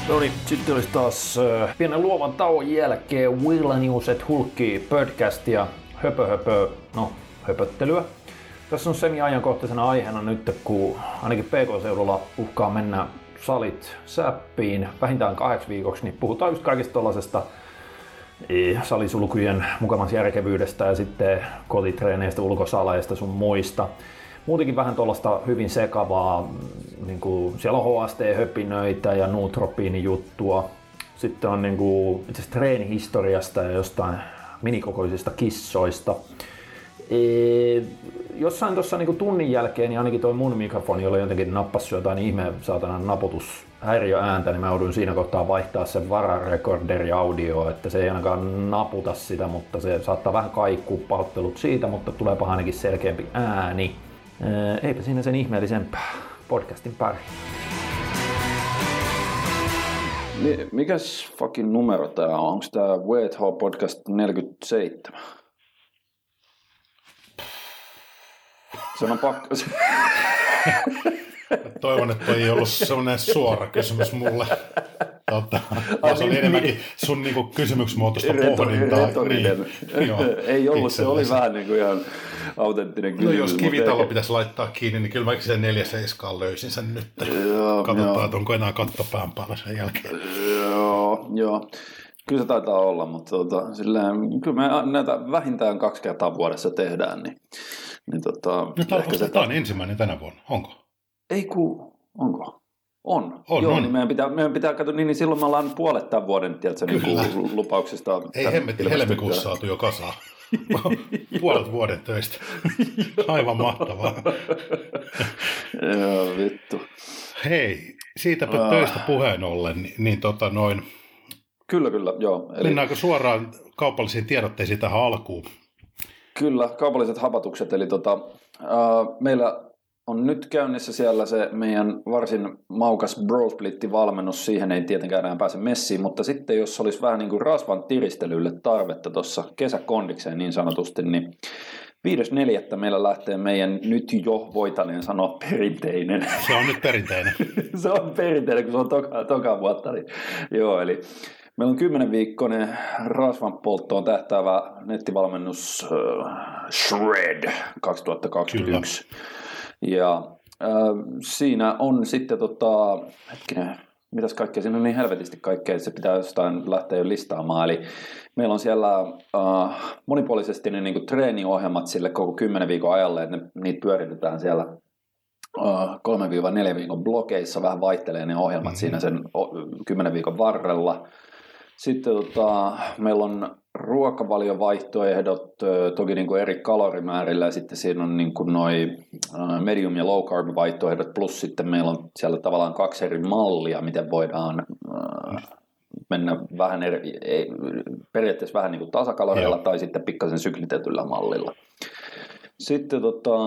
No niin, sitten olisi taas pienen luovan tauon jälkeen Vilniuset Hulkki podcast ja höpöttelyä. Tässä on semi-ajankohtaisena aiheena nyt, kun ainakin PK-seudulla uhkaa mennä salit säppiin vähintään 8 viikoksi, niin puhutaan just kaikista tollasesta salisulkujen mukavasta järkevyydestä ja sitten kotitreeneistä, ulkosaleista sun muista. Muutenkin vähän tuollaista hyvin sekavaa, niin kuin siellä on HST-höpinöitä ja nootropiinijuttua. Sitten on niin kuin, itse asiassa treenihistoriasta ja jostain minikokoisista kissoista. Jossain tuossa niin tunnin jälkeen, niin ainakin toi mun mikrofoni oli jotenkin nappassu jotain ihme saatanan naputushäiriöääntä, niin mä joudun siinä kohtaa vaihtaa sen vararekorderi audio, että se ei ainakaan naputa sitä, mutta se saattaa vähän kaikkua, pahoittelut siitä, mutta tuleepa ainakin selkeämpi ääni. Eipä siinä sen ihmeellisempää podcastin pari. Mikäs fucking numero tää on? Onks tää WH Podcast 47? Se on pakko. Toivon, että ei ollut sellainen suora kysymys mulle. Se oli enemmänkin sun niinku kysymysmuotoista pohdintaa. Retorinen. Niin. Ei ollut, se oli vähän niinku ihan autenttinen kysymys. No jos kivitalo pitäisi laittaa kiinni, niin kyllä mä sen 4-7 löysin sen nyt. Katsotaan, että onko enää katto pään päällä sen jälkeen. Joo. Kyllä se taitaa olla, mutta kyllä me näitä vähintään 2 kertaa vuodessa tehdään. Niin tämä on ensimmäinen tänä vuonna, onko? Onko? On. Joo, niin meidän pitää katsoa, niin silloin me ollaan puolet tämän vuoden niin lupauksista. Ei hemmetti, helmikuussa saatu jo kasaan. Puolet vuoden töistä. Aivan mahtavaa. Joo, vittu. Hei, siitäpä töistä puheen ollen, niin Kyllä, joo. Mennäänkö suoraan kaupallisiin tiedotteisiin tähän alkuun? Kyllä, kaupalliset hapatukset. Eli meillä on nyt käynnissä siellä se meidän varsin maukas Bro-splitti-valmennus. Siihen ei tietenkään enää pääse messiin, mutta sitten jos olisi vähän niin kuin rasvan tiristelylle tarvetta tuossa kesäkondikseen niin sanotusti, niin 5.4. meillä lähtee meidän nyt jo voitaneen sanoa perinteinen. Se on nyt perinteinen. Se on perinteinen, kun se on toka vuotta. Niin, joo, eli meillä on 10-viikkoinen rasvan polttoon tähtäävä nettivalmennus Shred 2021. Kyllä. Ja siinä on sitten mitäs kaikkea, siinä on niin helvetisti kaikkea, että se pitää jostain lähteä jo listaamaan. Eli meillä on siellä monipuolisesti ne niin treeniohjelmat sille koko 10 viikon ajalle, että niitä pyöritetään siellä 3-4 viikon blokeissa, vähän vaihtelee ne ohjelmat siinä sen 10 viikon varrella. Sitten meillä on ruokavaliovaihtoehdot toki niin kuin eri kalorimäärillä ja sitten siinä on niin kuin noi medium- ja low carb vaihtoehdot plus sitten meillä on siellä tavallaan 2 eri mallia, miten voidaan mennä vähän periaatteessa vähän niin kuin tasakaloreilla tai sitten pikkasen syklitetyllä mallilla. Sitten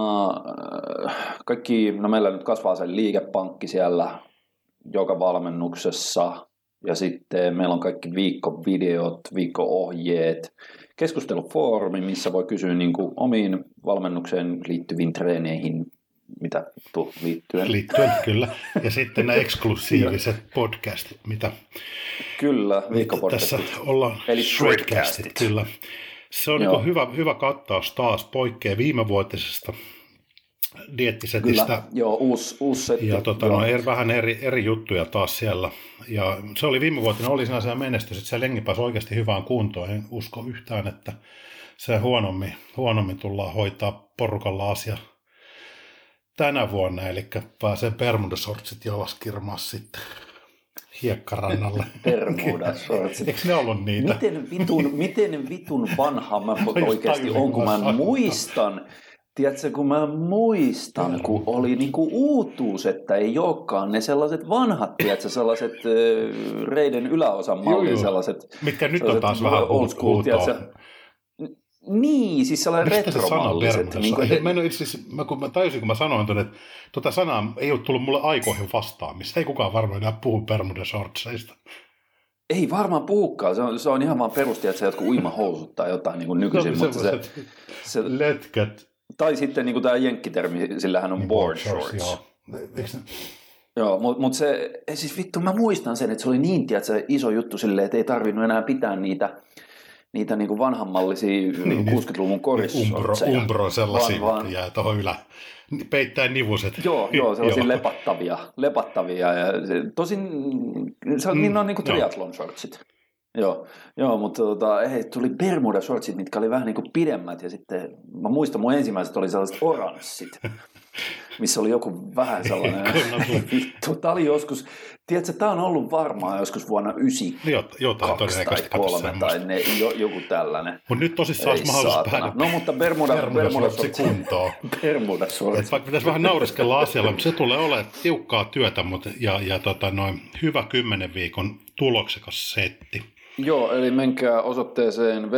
meillä nyt kasvaa se liikepankki siellä joka valmennuksessa. Ja sitten meillä on kaikki viikkovideot, viikko-ohjeet, keskustelufoorumi, missä voi kysyä niin kuin omiin valmennukseen liittyviin treeneihin, mitä liittyen. Liittyen, kyllä. Ja sitten nämä eksklusiiviset podcastit, mitä viikkopodcastit. Tässä ollaan. Eli Shredcastit. Kyllä. Se on niin hyvä kattaus taas, poikkeaa viimevuotisesta diettisetistä. Kyllä, joo, uusi setti. Ja vähän eri juttuja taas siellä. Ja se oli viimevuotinen, oli sinänsä menestys, että se lengi pääsi oikeasti hyvään kuntoon. En usko yhtään, että se huonommin tullaan hoitaa porukalla asia tänä vuonna. Eli pääsee Bermudasortsit jalaskirmaa sitten hiekkarannalle. Bermudasortsit. Eikö ne ollut niitä? Miten vitun vanha mä oikeasti on, kun mä muistan. Tiedätkö, kun mä muistan, kun oli niinku uutuus, että ei olekaan ne sellaiset vanhat, tiedätkö, sellaiset reiden yläosan mallin sellaiset. Mitkä nyt on taas vähän old school, Niin, siis sellainen retromalliset. Kun mä tajusin, kun mä sanoin tuonne, että tuota sanaa ei ole tullut mulle aikoihin vastaan, missä ei kukaan varmaan enää puhu Bermuda-shortseista. Ei varmaan puhukaan, se on ihan vaan perusti, että se jotkut uimahousut tai jotain niin kuin nykyisin. No, se letkät. Tai sitten niin kuin tämä jenkkitermi, sillä hän on niin board shorts. Joo. Joo, mutta se, siis vittu mä muistan sen, että se oli niin, se iso juttu silleen, että ei tarvinnut enää pitää niitä niinku vanhanmallisia niin 60-luvun korissortseja. Umbro sellaisia, jää tuohon peittäen nivuset. Joo, sellaisia lepattavia. Ja tosin niin on niinku triathlon shortsit. Joo, mutta tuli Bermuda shortsit, mitkä oli vähän niinku pidemmät ja sitten mä muistan mun ensimmäiset oli sellaiset oranssit. Missä oli joku vähän sellainen, vittu, tää oli joskus, tiedätkö, tää on ollut varmaan joskus vuonna 92 tai 3 tai joku tällainen. Mutta nyt tosissaan olisi mahdollisuus päädä. No mutta Bermuda-shortsi kuntoon. Bermuda-shortsi. Vaikka pitäisi vähän nauriskella asialla, mutta se tulee olemaan tiukkaa työtä ja hyvä 10 viikon tuloksekas setti. Joo, eli menkää osoitteeseen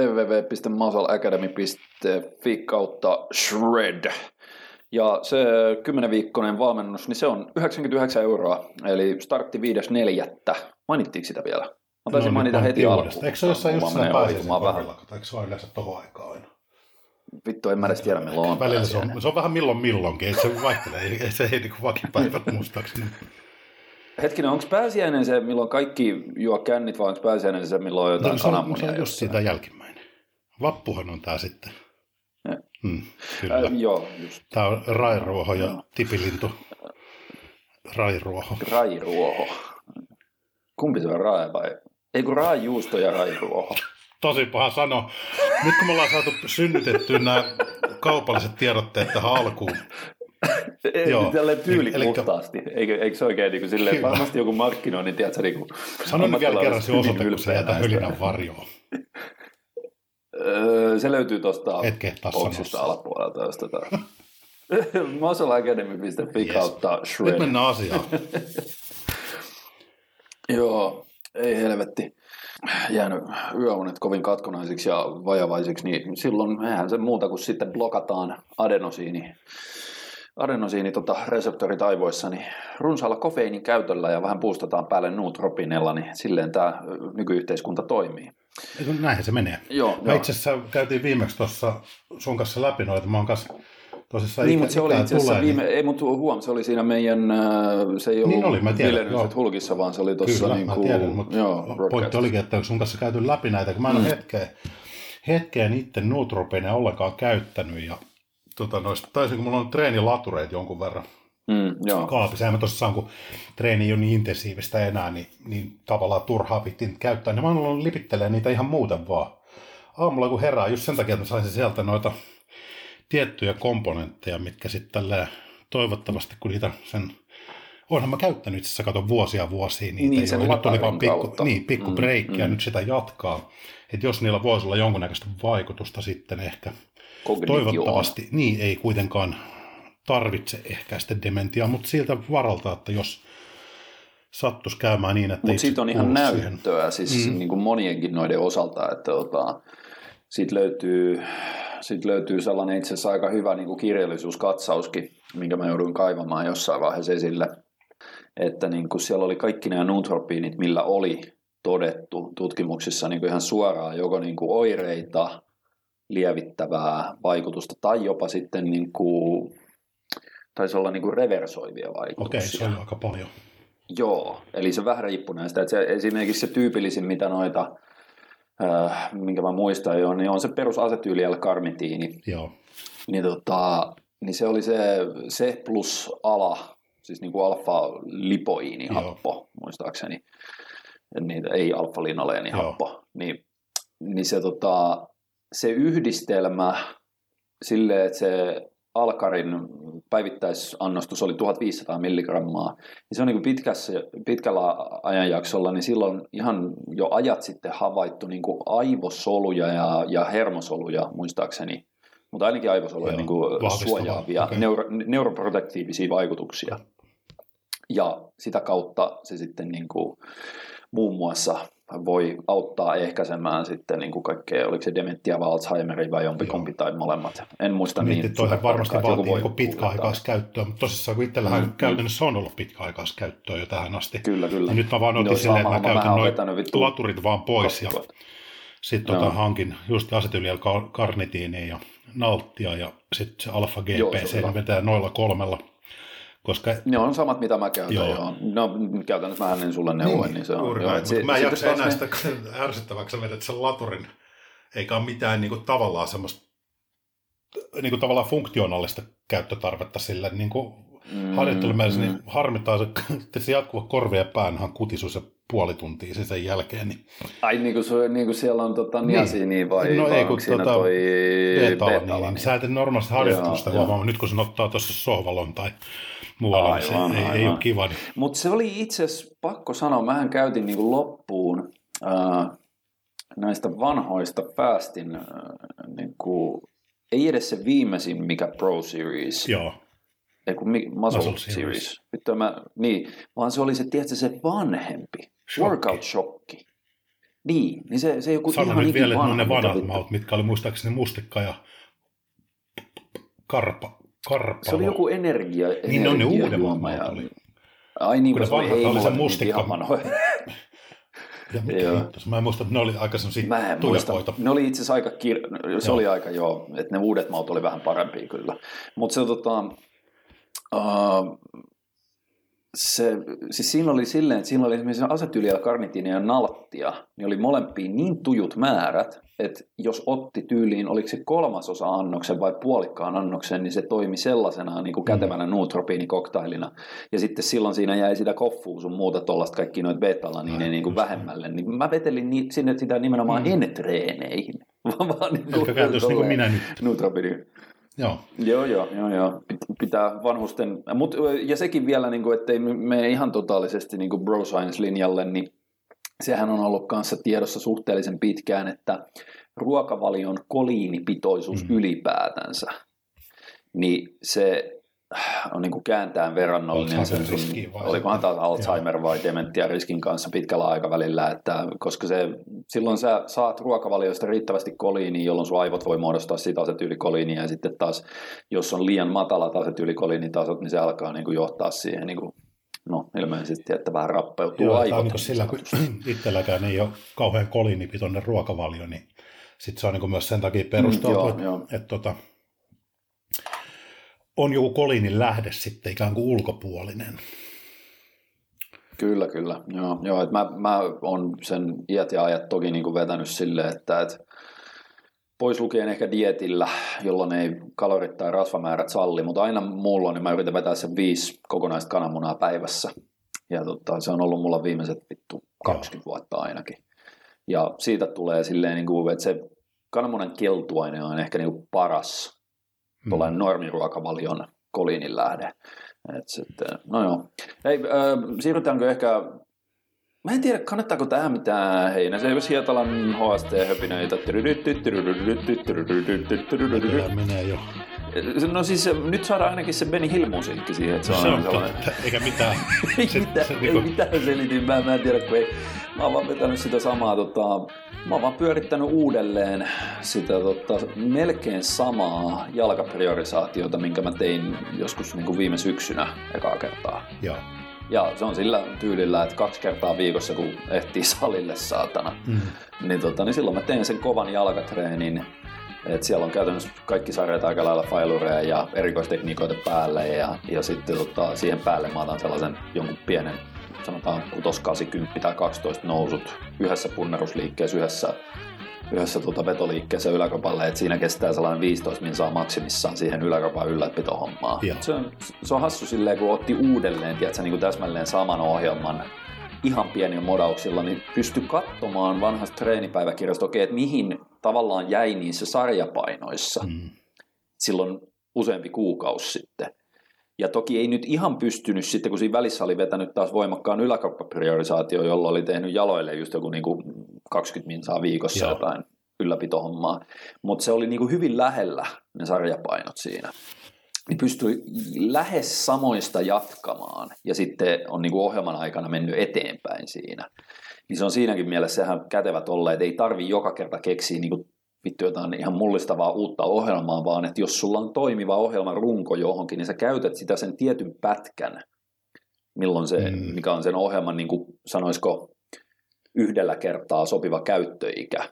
www.muscleacademy.fi/shred. Ja se 10-viikkoinen valmennus, niin se on 99 €, eli startti 5.4. Mainittiinko sitä vielä? Mä taisin mainita heti alkuun. Eikö se ole jossain just siinä pääsiäisen kohdalla? Eikö se ole yleensä tohon aikaan aina? Vittu, en mä edes tiedä milloin on pääsiäinen. Se on vähän milloinkin, ei se vaihtele, ei se ei niin vakipäivät muistaakseni. Hetkinen, onko pääsiäinen se, milloin kaikki juo kännit, vai onko pääsiäinen se, milloin on jotain kananmunia? Se on just siitä jälkimmäinen. Vappuhan on tää sitten. Kyllä. Joo, just. Tämä on rairuoho ja tipilintu. Rairuoho. Rairuoho. Kumpi se on rai vai? Ei kun raijuusto ja rairuoho. Tosi paha sanoa. Nyt kun me ollaan saatu synnytettyä nämä kaupalliset tiedotteet tähän alkuun. Tälleen tyylipuhtaasti. Eikö se oikein niin kuin silleen, varmasti joku markkinoinnin, tiedätkö? Niin sano nyt vielä kerran se osoite, kun se jätä hölynän varjoon. Se löytyy tuosta boksista alapuolelta, jos muscleacademy.fi/shred. Nyt mennään asiaan. Joo, ei helvetti. Jäänyt yöunet kovin katkonaisiksi ja vajavaisiksi, niin silloin eihän se muuta kuin sitten blokataan adenosiini reseptorit aivoissa, niin runsaalla kofeiinin käytöllä ja vähän boostataan päälle nootropiinilla, niin silleen tämä nykyyhteiskunta toimii. Näinhän se menee. Joo. Itse asiassa käytiin viimeksi tuossa sun kanssa läpi noita, mä oon kanssa tosissaan niin, mutta se oli itse asiassa ei mutta se oli siinä meidän, se ei ollut Villenykset Hulkissa, vaan se oli tuossa niin kuin... Kyllä, mä tiedän, mutta pointti olikin, että sun kanssa käyty läpi näitä, kun mä en ole hetkeen itse nootropiineja ollenkaan käyttänyt, ja taisin, kun mulla on treenilatureita jonkun verran kaapissa, ja mä tosissaan, kun treeni ei ole niin intensiivistä enää, niin tavallaan turhaa pittin käyttää, niin mä oon ollut lipittelemään niitä ihan muuten vaan. Aamulla kun herää, just sen takia, että mä saisin sieltä noita tiettyjä komponentteja, mitkä sitten tälleen toivottavasti, kun niitä onhan mä käyttänyt itse asiassa, katon vuosia niitä, niin, sen nyt oli vaan pikku breikki, ja nyt sitä jatkaa. Että jos niillä voisi olla jonkunnäköistä vaikutusta sitten ehkä, toivottavasti, niin ei kuitenkaan tarvitse ehkäistä dementiaa, mutta siltä varalta, että jos sattuisi käymään niin, että... Mutta siitä on ihan näyttöä, siis niin kuin monienkin noiden osalta, että siitä löytyy sellainen itse asiassa aika hyvä niin kuin kirjallisuuskatsauskin, minkä mä jouduin kaivamaan jossain vaiheessa esille, että niin kuin siellä oli kaikki nämä nootropiinit, millä oli todettu tutkimuksissa niin kuin ihan suoraan joko niin kuin oireita, lievittävää vaikutusta tai jopa sitten niin kuin, taisi olla niin kuin reversoivia vaikutuksia. Okei, se on aika paljon. Joo, eli se vähän riippuu näistä, että se, esimerkiksi se tyypillisin, mitä noita, minkä mä muistan jo, niin on se perusasetyyli L-karnitiini. Joo. Niin se oli se plus ala, siis niin kuin alfa-lipoiinihappo, muistaakseni, niitä, ei alfa-linoleenihappo, niin se yhdistelmä silleen, että se Alkarin päivittäisannostus oli 1500 milligrammaa, niin se on niin kuin pitkällä ajanjaksolla, niin silloin ihan jo ajat sitten havaittu niin kuin aivosoluja ja hermosoluja muistaakseni, mutta ainakin aivosoluja niin kuin suojaavia, neuroprotektiivisia vaikutuksia. Ja sitä kautta se sitten niin kuin muun muassa voi auttaa ehkäisemään sitten niin kuin kaikkea, oliko se dementia vai Alzheimeria vai jompikumpi tai molemmat. En muista niin. Toihan varmasti vaatii niin pitkäaikaiskäyttöä, mutta tosissaan kun itsellähän käytännössä on ollut pitkäaikaiskäyttöä jo tähän asti. Kyllä. Ja nyt mä vaan otin silleen, että mä käytän noin laturit vaan pois ja sitten hankin just asetyyliä karnitiinia ja nalttia ja sitten se alfa GPC, ne vetää noilla Koska ne on samat, mitä mä käytän. Joo. No, käytännössä mä en sulle neuvoin, niin se on. Juuri näin, mutta mä en jaksa enää sitä ärsyttäväksi, vedät sen laturin, eikä ole mitään niin kuin, tavallaan semmoista niin kuin, tavallaan funktionaalista käyttötarvetta sille niin kuin harjoittelumielessä, niin harmittaa se jatkuva korvien päänhan kutisuus ja puoli tuntia sen jälkeen. Niin... Ai niin kuin siellä on niasiini vai no ei kun toi beta-ala, niin sä et normaalisti harjoittelusta huomaa, nyt kun sen ottaa tuossa sohvalon tai muualla, niin se ei ole kiva. Niin... Mutta se oli itse asiassa pakko sanoa, mähän käytin niin kuin loppuun näistä vanhoista Fastin, niin kuin, ei edes se viimeisin mikä Pro Series. Joo. Ei kun Muscle Series. Niin, vaan se oli se, tiedätkö, se vanhempi. Workout Shokki. Niin se joku sano ihan nyt vielä, että ne vanhat vittu. maut, mitkä oli muistaakseni mustikka ja karpa. Se oli joku energia. Niin on ne uudemmat maut oli. Ai niin, kun ne vanhat oli se mustikka. Ja mikä hittos? Mä en muista, että ne oli aika sellaisia tujakoita. Ne oli itse asiassa aika, se oli aika että ne uudet maut oli vähän parempia kyllä. Mutta siis siinä oli silleen, että siinä oli esimerkiksi asetyyliä, karnitiinia ja nalttia, niin oli molempiin niin tujut määrät, että jos otti tyyliin, oliko se 1/3 annoksen vai puolikkaan annoksen, niin se toimi sellaisena niin kuin kätevänä nootropiinikoktailina. Ja sitten silloin siinä jäi sitä koffua sun muuta tuollaista kaikki noita beta-alaniineja niin kuin vähemmälle. Niin mä vetelin sinne sitä nimenomaan en-treeneihin. Vaan niin kuin käytössä niin kuin minä nyt. Nootropiini. Joo. Pitää vanhusten, ja sekin vielä, niin kuin, ettei mene ihan totaalisesti niin kuin bro science-linjalle, niin sehän on ollut kanssa tiedossa suhteellisen pitkään, että ruokavalion koliinipitoisuus ylipäätänsä, niin se on niin kuin kääntäen verrannollinen sen sun, olikohan taas Alzheimer vai dementia riskin kanssa pitkällä aikavälillä, että koska silloin sä saat ruokavalioista riittävästi koliinia, jolloin sun aivot voi muodostaa siitä asetylikoliinia, ja sitten taas, jos on liian matalat asetylikoliinitasot, niin se alkaa niin kuin johtaa siihen, niin kuin, no ilmeisesti, että vähän rappeutuu aivot. Joo, niin sillä, kun itselläkään ei ole kauhean koliinipitoinen ruokavalio, niin sitten se on niin myös sen takia perusteltu, että on joku koliinin lähde sitten ikään kuin ulkopuolinen. Kyllä. Joo, että mä oon sen iät ja ajat toki niin kuin vetänyt silleen, että pois lukien ehkä dietillä, jolloin ei kalorit tai rasvamäärät salli, mutta aina mulla niin mä yritän vetää sen 5 kokonaista kananmunaa päivässä. Ja se on ollut mulla viimeiset 20 vuotta ainakin. Ja siitä tulee silleen, niin kuin, että se kananmunan keltuaine on ehkä niin kuin paras tuollainen normiruokavalion koliinin lähde. No joo. Hei, siirrytäänkö ehkä... Mä en tiedä, kannattaako tähän mitään Heinäselväs Hietalan HST-höpinöitä. Menee jo. No siis nyt saadaan ainakin se Benny Hill-musiikki siihen. Että se on totta, eikä mitään. Ei mitään selitin, mä en tiedä, kun ei. Mä oon vaan vetänyt sitä samaa, mä oon vaan pyörittänyt uudelleen sitä melkein samaa jalkapriorisaatiota, minkä mä tein joskus niin kuin viime syksynä ekaa kertaa. Joo. Ja se on sillä tyylillä, että 2 kertaa viikossa, kun ehtii salille saatana, niin silloin mä teen sen kovan jalkatreenin. Et siellä on käytännössä kaikki sarjat aika lailla failureja ja erikoistekniikoita päälle ja sitten siihen päälle mä otan sellaisen jonkun pienen, sanotaan 6, 8, 10 tai 12 nousut yhdessä punnerusliikkeessä, yhdessä vetoliikkeessä yläkropalle, että siinä kestää sellainen 15 minsaa maksimissaan siihen yläkropan ylläpitohommaan. Se on hassu silleen, kun otti uudelleen, tiedätkö, niin kuin täsmälleen saman ohjelman ihan pienillä modauksilla, niin pystyi katsomaan vanhasta treenipäiväkirjasta, että mihin tavallaan jäi niissä sarjapainoissa silloin useampi kuukausi sitten. Ja toki ei nyt ihan pystynyt sitten, kun siinä välissä oli vetänyt taas voimakkaan yläkroppapriorisaatio, jolla oli tehnyt jaloille just joku niin kuin 20 minsaa viikossa jotain ylläpitohommaa. Mutta se oli niin kuin hyvin lähellä ne sarjapainot siinä. Niin pystyi lähes samoista jatkamaan ja sitten on niin kuin ohjelman aikana mennyt eteenpäin siinä. Niin se on siinäkin mielessä ihan kätevä tolle, että ei tarvitse joka kerta keksiä niin kuin jotain ihan mullistavaa uutta ohjelmaa, vaan että jos sulla on toimiva ohjelman runko johonkin, niin sä käytät sitä sen tietyn pätkän, milloin se, mikä on sen ohjelman, niin kuin sanoisiko, yhdellä kertaa sopiva käyttöikä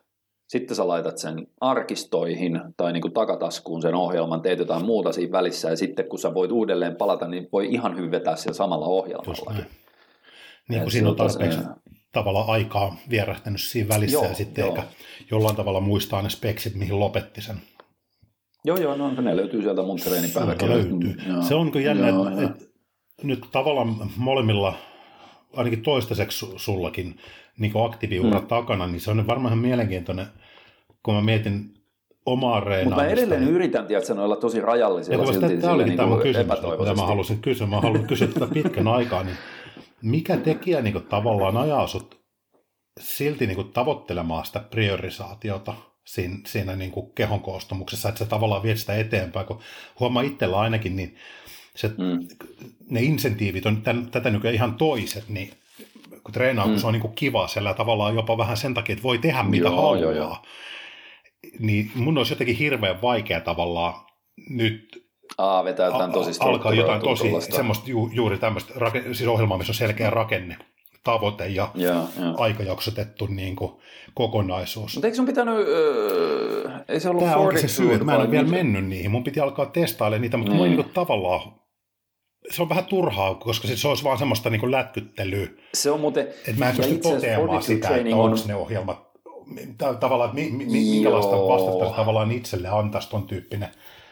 sitten sä laitat sen arkistoihin tai niin kuin takataskuun sen ohjelman, teet jotain muuta siinä välissä ja sitten kun sä voit uudelleen palata, niin voi ihan hyvin vetää siellä samalla ohjelmalla. Niin kuin siinä on tarpeeksi tavallaan aikaa vierähtänyt siinä välissä ja sitten ehkä jollain tavalla muistaa ne speksit, mihin lopetti sen. Joo, no ne löytyy sieltä mun treenipäiväkirjasta. Se on kyllä jännä, että nyt tavallaan molemmilla, ainakin toistaiseksi sullakin, niin aktiiviura takana, niin se on varmaan ihan mielenkiintoinen, kun mä mietin omaa reenaamista. Mutta mä edelleen yritän, tiedätkö, noilla tosi rajallisilla silti tämä olikin tämä niin kysymys, mitä mä halusin kysyä. Mä haluan kysyä tätä pitkän aikaa, niin mikä tekijä niin kuin, tavallaan ajaa sut silti niin kuin, tavoittelemaan sitä priorisaatiota siinä niin kuin, kehon koostumuksessa, että sä tavallaan viet sitä eteenpäin, kun huomaa itsellä ainakin, niin ne insentiivit on tätä nykyään ihan toiset, niin kun treenaa, kun se on niin kuin kiva siellä tavallaan jopa vähän sen takia, että voi tehdä mitä haluaa, niin mun olisi jotenkin hirveän vaikea tavallaan nyt vetää jotain tosi alkaa jotain tosi semmoista juuri tämmöistä, siis ohjelmaa, missä on selkeä rakenne, tavoite ja aikajaksotettu niin kuin kokonaisuus. Mutta eikö sun pitänyt, ei se ollut tämä onkin se syy, että mä en ole vielä mennyt niihin. Mun piti alkaa testailemaan niitä, mutta niin kuin tavallaan se on vähän turhaa, koska se olisi vaan semmoista niin kuin lätkyttelyä. Se on muuten, että mä en pysty toteamaan sitä, että onko ne ohjelmat, tavallaan, minkälaista vastausta se tavallaan itselle antaisi ton tyyppinen.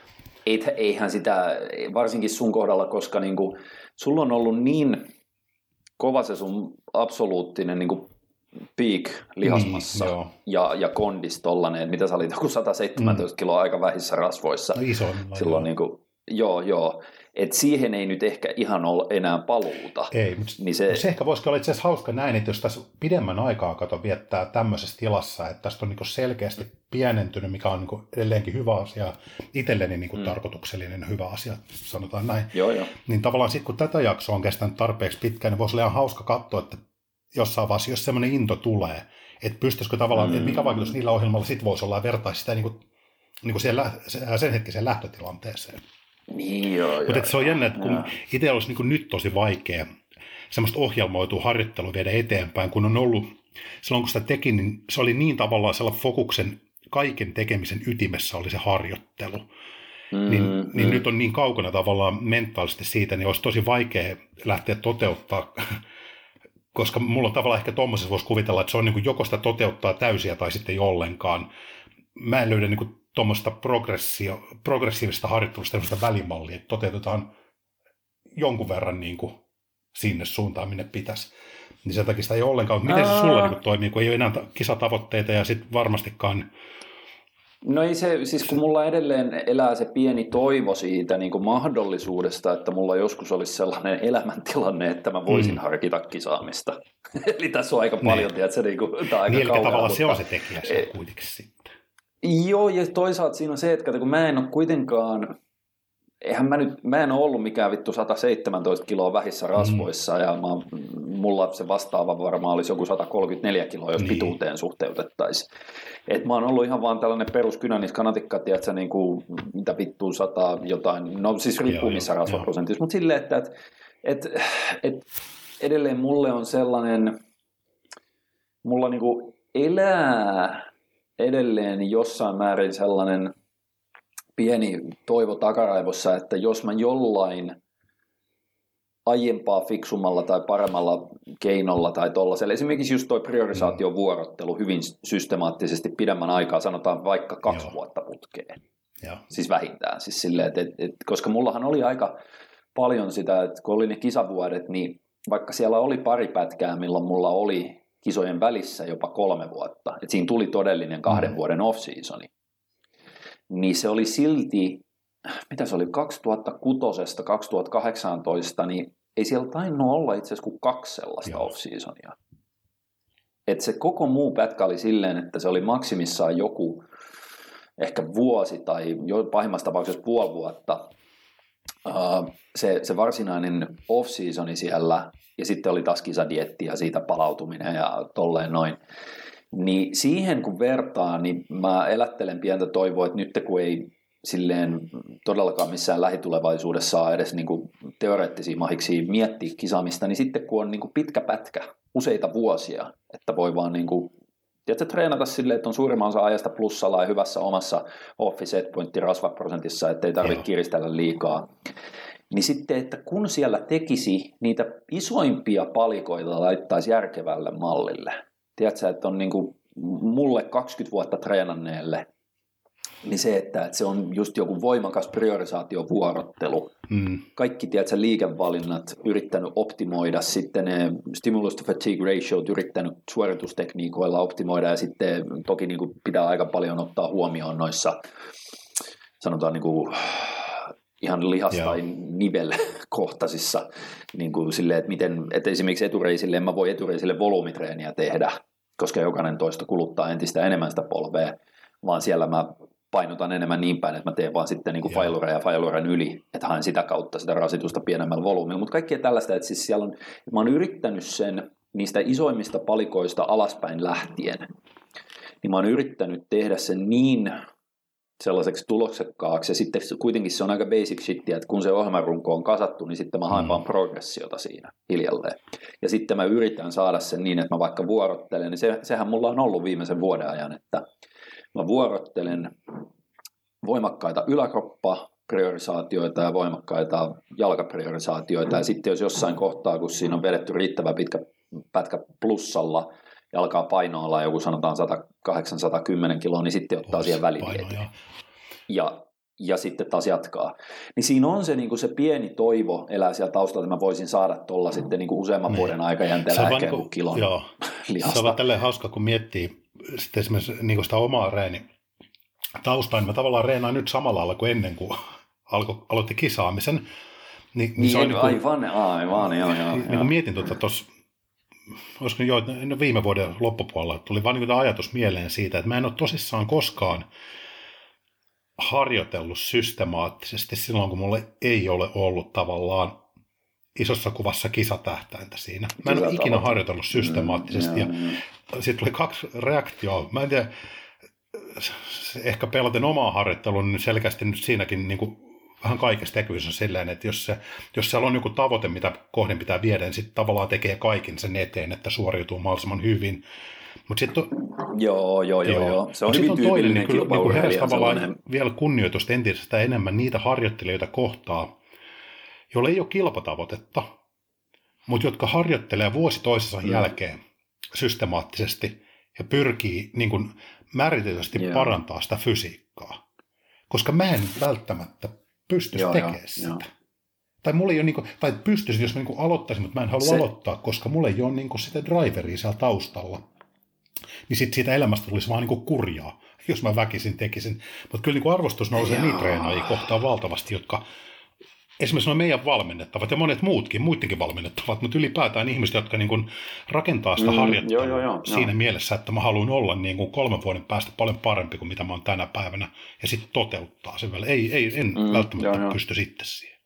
Eihän sitä, varsinkin sun kohdalla, koska niin kuin, sulla on ollut niin kova se sun absoluuttinen niin kuin peak lihasmassa ja kondis tollanen, että mitä sä olit, joku 117 kiloa aika vähissä rasvoissa. No iso. Silloin niin kuin, joo. Että siihen ei nyt ehkä ihan ole enää paluuta. Ei, mutta niin se ehkä voisikin olla itse asiassa hauska näin, että jos tässä pidemmän aikaa viettää tämmöisessä tilassa, että tästä on niin selkeästi pienentynyt, mikä on niin edelleenkin hyvä asia, itselleni niin tarkoituksellinen hyvä asia, sanotaan näin. Joo. Niin tavallaan sitten kun tätä jaksoa on kestänyt tarpeeksi pitkään, niin voisi olla ihan hauska katsoa, että jossain vaiheessa, jos semmoinen into tulee, että pystyisikö tavallaan, että mikä vaikutus niillä ohjelmalla sitten voisi olla ja vertaisi sitä niin kuin sen hetkiseen lähtötilanteeseen. Niin, joo. Mutta se on jännä, että kun itse olisi niin nyt tosi vaikea semmoista ohjelmoitua harjoittelua viedä eteenpäin, kun on ollut, silloin kun sitä teki, niin se oli niin tavallaan sellainen fokuksen kaiken tekemisen ytimessä oli se harjoittelu. Niin nyt on niin kaukana tavallaan mentaalisesti siitä, niin olisi tosi vaikea lähteä toteuttaa, koska mulla on tavallaan ehkä tuommoisessa voisi kuvitella, että se on niin kuin joko sitä toteuttaa täysiä tai sitten ei ollenkaan. Mä en löydä niin kuin tuommoista progressiivista harjoittelusta, tämmöistä välimallia, että toteutetaan jonkun verran niin kuin sinne suuntaan, minne pitäisi. Niin sen takia sitä ei ole ollenkaan. Miten se sulla niin kuin toimii, kun ei ole enää kisatavoitteita ja sitten varmastikaan... No ei se, siis kun mulla edelleen elää se pieni toivo siitä niin kuin mahdollisuudesta, että mulla joskus olisi sellainen elämäntilanne, että mä voisin harkita kisaamista. Eli tässä on aika paljon, tiedätkö, niin kuin, tämä aika niin, kauan. Tavallaan mutta... se on se tekijä se kuitenkin sitten. Joo, ja toisaalta siinä on se, että kun mä en ole kuitenkaan, mä en ole ollut mikään vittu 117 kiloa vähissä rasvoissa, ja mulla se vastaava varmaan olisi joku 134 kiloa, jos pituuteen suhteutettaisiin. Et mä oon ollut ihan vaan tällainen peruskynäniskanatikka, tiedätkö, niin kuin, mitä vittua 100 jotain, no siis riippuu missä rasvaprosentissa, mutta silleen, että edelleen mulle on sellainen, mulla niinku elää edelleen jossain määrin sellainen pieni toivo takaraivossa, että jos mä jollain aiempaa fiksummalla tai paremmalla keinolla tai tollasella, esimerkiksi just toi priorisaatiovuorottelu hyvin systemaattisesti pidemmän aikaa, sanotaan vaikka 2 vuotta putkeen. Siis vähintään. Siis silleen, koska mullahan oli aika paljon sitä, että kun oli ne kisavuodet, niin vaikka siellä oli pari pätkää, milloin mulla oli kisojen välissä jopa 3 vuotta, että siinä tuli todellinen 2 vuoden off-seasoni, niin se oli silti, mitä se oli, 2006-2018, niin ei siellä tainnut olla itse asiassa kuin 2 sellaista off-seasonia. Että se koko muu pätkä oli silleen, että se oli maksimissaan joku ehkä vuosi tai pahimmassa tapauksessa puoli vuotta se varsinainen off-seasoni siellä, ja sitten oli taas kisadietti ja siitä palautuminen ja tolleen noin. Niin siihen kun vertaa, niin mä elättelen pientä toivoa, että nyt kun ei silleen todellakaan missään lähitulevaisuudessa saa edes niinku teoreettisia mahiksia miettiä kisaamista, niin sitten kun on niinku pitkä pätkä, useita vuosia, että voi vaan niinku, tiedätkö, treenata silleen, että on suurimman osa ajasta plussalla ja hyvässä omassa off-set-pointti rasvaprosentissa, ettei tarvitse kiristellä liikaa. Niin sitten, että kun siellä tekisi niitä isoimpia palikoita laittaisi järkevälle mallille. Tiedätkö, että on niin kuin mulle 20 vuotta treenanneelle, niin se, että se on just joku voimakas priorisaatiovuorottelu. Kaikki, tiedätkö, liikevalinnat yrittänyt optimoida, sitten ne stimulus to fatigue ratio yrittänyt suoritustekniikoilla optimoida, ja sitten toki niin kuin pitää aika paljon ottaa huomioon noissa, sanotaan niin kuin ihan lihas- tai nivelkohtaisissa, niin kuin silleen, että miten, että esimerkiksi etureisille en mä voi etureisille volyymitreeniä tehdä, koska jokainen toisto kuluttaa entistä enemmän sitä polvea, vaan siellä mä painotan enemmän niin päin, että mä teen vaan sitten niin kuin failureja ja failuren yli, että haen sitä kautta sitä rasitusta pienemmällä volyymilla, mutta kaikkea tällaista, että siis siellä on, mä oon yrittänyt sen niistä isoimmista palikoista alaspäin lähtien, niin mä oon yrittänyt tehdä sen niin sellaiseksi tuloksekkaaksi, ja sitten kuitenkin se on aika basic shittiä, että kun se ohjelmarunko on kasattu, niin sitten mä haen vaan progressiota siinä hiljalleen. Ja sitten mä yritän saada sen niin, että mä vaikka vuorottelen, niin sehän mulla on ollut viimeisen vuoden ajan, että mä vuorottelen voimakkaita yläkroppapriorisaatioita ja voimakkaita jalkapriorisaatioita, ja sitten jos jossain kohtaa, kun siinä on vedetty riittävän pitkä pätkä plussalla, ja alkaa painoa olla joku sanotaan 108-110 kiloa, niin sitten ottaa siihen välivietiin. Ja sitten taas jatkaa. Niin siinä on se, niin kuin se pieni toivo elää siellä taustalla, että mä voisin saada tuolla sitten niin kuin useamman vuoden aikajänteellä ehkä joku kilon lihasta. Se on tälleen hauska, kun miettii sitten esimerkiksi niin kuin sitä omaa taustaa, niin mä tavallaan reenaan nyt samalla lailla kuin ennen kuin aloitti kisaamisen. Niin se on aivan, joo. Niin mietin tuossa, olisiko viime vuoden loppupuolella tuli vaan niin ajatus mieleen siitä, että mä en ole tosissaan koskaan harjoitellut systemaattisesti silloin, kun mulle ei ole ollut tavallaan isossa kuvassa kisatähtäintä siinä. Mä en ole ikinä harjoitellut systemaattisesti, ja sitten tuli 2 reaktioa. Mä en tiedä, ehkä pelaten omaa harjoittelun, niin selkeästi nyt siinäkin niin kuin vähän kaikessa tekyvissä on silleen, että jos siellä on joku tavoite, mitä kohden pitää viedä, niin sitten tavallaan tekee kaiken sen eteen, että suoriutuu mahdollisimman hyvin. Mut sit Joo. Se on hyvin tyypillinen kilpailu. Niin heräsi tavallaan vielä kunnioitusta entisestä enemmän niitä harjoittelijoita kohtaa, joilla ei ole kilpatavoitetta, mutta jotka harjoittelee vuosi toisensa jälkeen systemaattisesti ja pyrkii niin kuin määritellysti parantaa sitä fysiikkaa. Koska mä en välttämättä pystyisi tekemään sitä. Tai mulla ei ole, tai pystyisin, jos mä aloittaisin, mutta mä en halua aloittaa, koska mulla ei ole sitä driveria siellä taustalla. Niin sitten siitä elämästä tulisi vaan kurjaa, jos mä väkisin tekisin. Mutta kyllä arvostus nousee niitä treenaajia kohtaan valtavasti, jotka esimerkiksi meidän valmennettavat ja monet muidenkin valmennettavat, mutta ylipäätään ihmiset, jotka rakentaa sitä harjoittelua siinä mielessä, että mä haluan olla 3 vuoden päästä paljon parempi kuin mitä mä oon tänä päivänä, ja sitten toteuttaa sen vielä. En välttämättä pysty sitten siihen.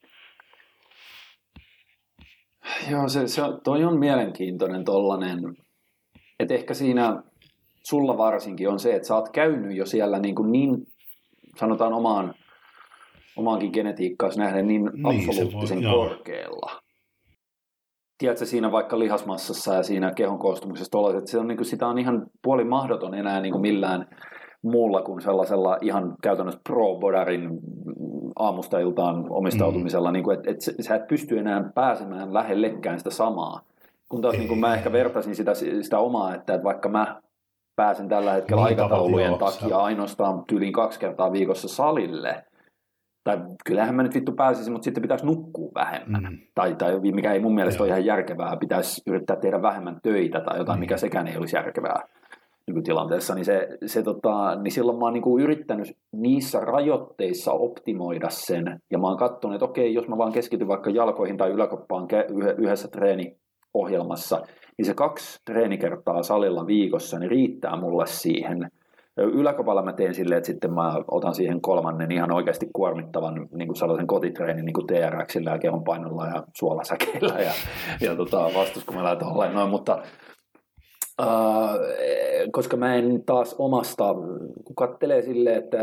Joo, toi on mielenkiintoinen tollainen, että ehkä siinä sulla varsinkin on se, että sä oot käynyt jo siellä niin sanotaan omaankin genetiikkaasi nähden niin absoluuttisen korkealla. Tiedätkö, siinä vaikka lihasmassassa ja siinä kehon koostumuksessa, että se on, sitä on ihan puoli mahdoton enää millään muulla kuin sellaisella ihan käytännössä pro-bodarin aamusta iltaan omistautumisella, että sä et pysty enää pääsemään lähellekään sitä samaa. Kun taas mä ehkä vertaisin sitä omaa, että vaikka mä pääsen tällä hetkellä aikataulujen takia ainoastaan tyyliin 2 kertaa viikossa salille, tai kyllähän mä nyt vittu pääsisin, mutta sitten pitäisi nukkua vähemmän. Tai mikä ei mun mielestä ole ihan järkevää, pitäisi yrittää tehdä vähemmän töitä tai jotain, mikä sekään ei olisi järkevää nykytilanteessa. Niin, niin silloin mä oon yrittänyt niissä rajoitteissa optimoida sen, ja mä oon katsonut, että okei, jos mä vaan keskityn vaikka jalkoihin tai yläkoppaan yhdessä treeniohjelmassa, niin se 2 treenikertaa salilla viikossa niin riittää mulle siihen. Yläkopalla mä teen silleen, että sitten mä otan siihen 3. ihan oikeasti kuormittavan sellaisen kotitreenin TRXillä ja kehonpainolla ja suolasäkeillä ja vastuskumella ja noin, mutta koska mä en taas omasta, kun kattelee silleen, että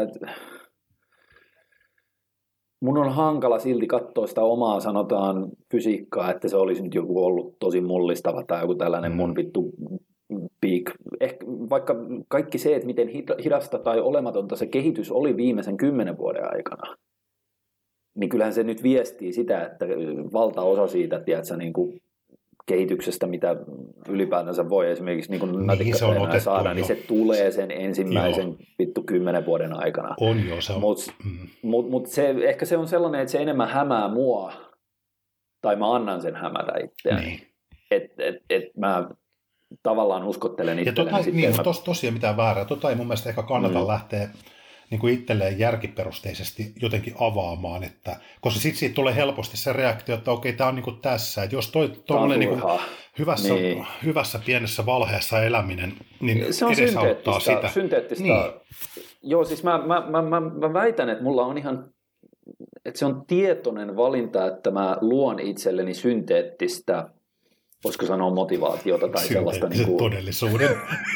mun on hankala silti katsoa sitä omaa, sanotaan, fysiikkaa, että se olisi nyt joku ollut tosi mullistava tai joku tällainen mun vittu peak ehkä vaikka kaikki se, että miten hidasta tai olematonta se kehitys oli viimeisen 10 vuoden aikana, niin kyllähän se nyt viestii sitä, että valtaosa siitä, tiedätkö, niin kuin kehityksestä, mitä ylipäätänsä voi esimerkiksi niin natikkatreenaajana saada, jo. Niin se tulee sen ensimmäisen 10 vuoden aikana. On jo se. Mutta ehkä se on sellainen, että se enemmän hämää mua, tai mä annan sen hämätä itseäni. Niin. Et mä tavallaan uskottelen itselleni. Ja tosiaan mitään väärää. Ei mun mielestä ehkä kannata lähteä niin kuin itselleen järkiperusteisesti jotenkin avaamaan, koska sitten siitä tulee helposti se reaktio, että okei, tämä on niin kuin tässä, että jos tuollainen niin hyvässä pienessä valheessa eläminen, niin se on edesauttaa sitä. Synteettistä. Niin. Joo, siis mä väitän, että mulla on että se on tietoinen valinta, että mä luon itselleni synteettistä, voisiko sanoa motivaatiota tai sellaista niin todellisuuden.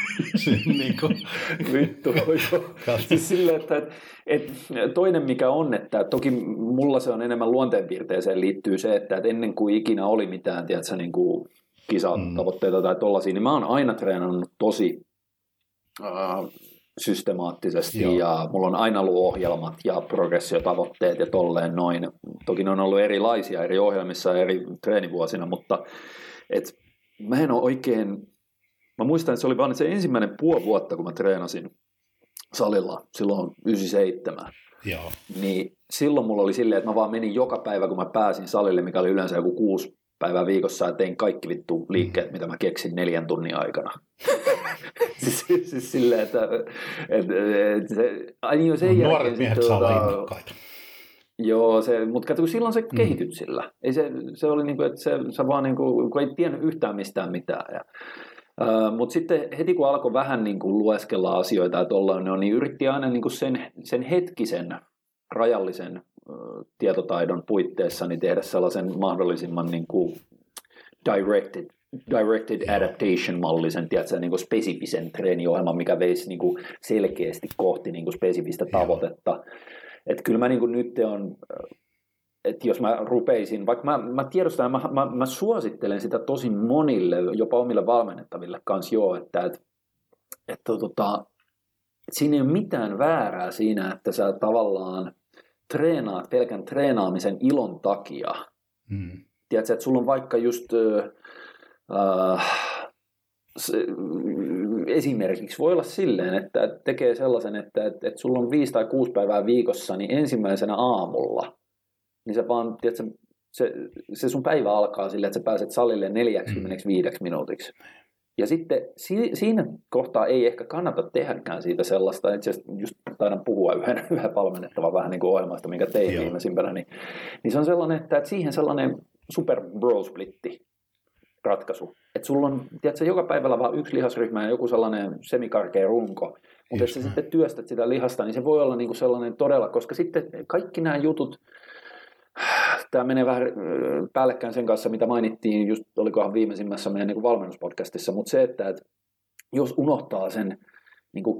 Vittu. Siis silleen, että toinen mikä on, että toki mulla se on enemmän luonteenpiirteeseen liittyy se, että ennen kuin ikinä oli mitään, tiedätkö, niin kuin kisatavoitteita tai tollaisia, niin mä oon aina treenannut tosi systemaattisesti. Joo. Ja mulla on aina ollut ohjelmat ja progressiotavoitteet ja tolleen noin. Toki ne on ollut erilaisia eri ohjelmissa ja eri treenivuosina, mutta mä en ole oikein, mä muistan, että se oli vaan se ensimmäinen puoli vuotta, kun mä treenasin salilla silloin 97. Joo. Niin silloin mulla oli silleen, että mä vaan menin joka päivä, kun mä pääsin salille, mikä oli yleensä joku 6 päivää viikossa, ja tein kaikki vittu liikkeet, mitä mä keksin 4 tunnin aikana. siis silleen, että se nuoret miehet saa olla innokkaita. Joo, mutta katso, silloin se kehityt sillä. Ei se oli niin kuin, että se vaan niin kuin, kun ei tiennyt yhtään mistään mitään. Mutta sitten heti kun alkoi vähän niin kuin lueskella asioita ja tollaan, niin yritti aina niin kuin sen hetkisen rajallisen tietotaidon puitteissa niin tehdä sellaisen mahdollisimman niin kuin directed adaptation-mallisen, tiedätkö, niin kuin spesifisen treeniohjelman, mikä veisi niin kuin selkeästi kohti niin kuin spesifistä tavoitetta. Että kyllä mä niin kuin nyt on, että jos mä rupeisin, vaikka mä tiedostan, mä suosittelen sitä tosi monille, jopa omille valmennettaville kanssa että siinä ei ole mitään väärää siinä, että sä tavallaan treenaat pelkän treenaamisen ilon takia. Tiedätkö, että sulla on vaikka just esimerkiksi voi olla silleen, että tekee sellaisen, että sulla on 5 tai 6 päivää viikossa, niin ensimmäisenä aamulla, niin sä vaan, tiedätkö, se sun päivä alkaa silleen, että sä pääset salille 45 minuutiksi. Ja sitten siinä kohtaa ei ehkä kannata tehdäkään siitä sellaista, itse asiassa just taidan puhua yhden valmennettavan vähän niin kuin ohjelmasta, minkä tein viimeisimpänä, niin se on sellainen, että siihen sellainen super bro splitti ratkaisu. Että sulla on, tiedätkö, joka päivällä vaan yksi lihasryhmä ja joku sellainen semikarkea runko, mutta että sä sitten työstät sitä lihasta, niin se voi olla niinku sellainen todella, koska sitten kaikki nämä jutut, tämä menee vähän päällekkäin sen kanssa, mitä mainittiin, just olikohan viimeisimmässä meidän niin kuin valmennuspodcastissa, mutta se, että jos unohtaa sen niin kuin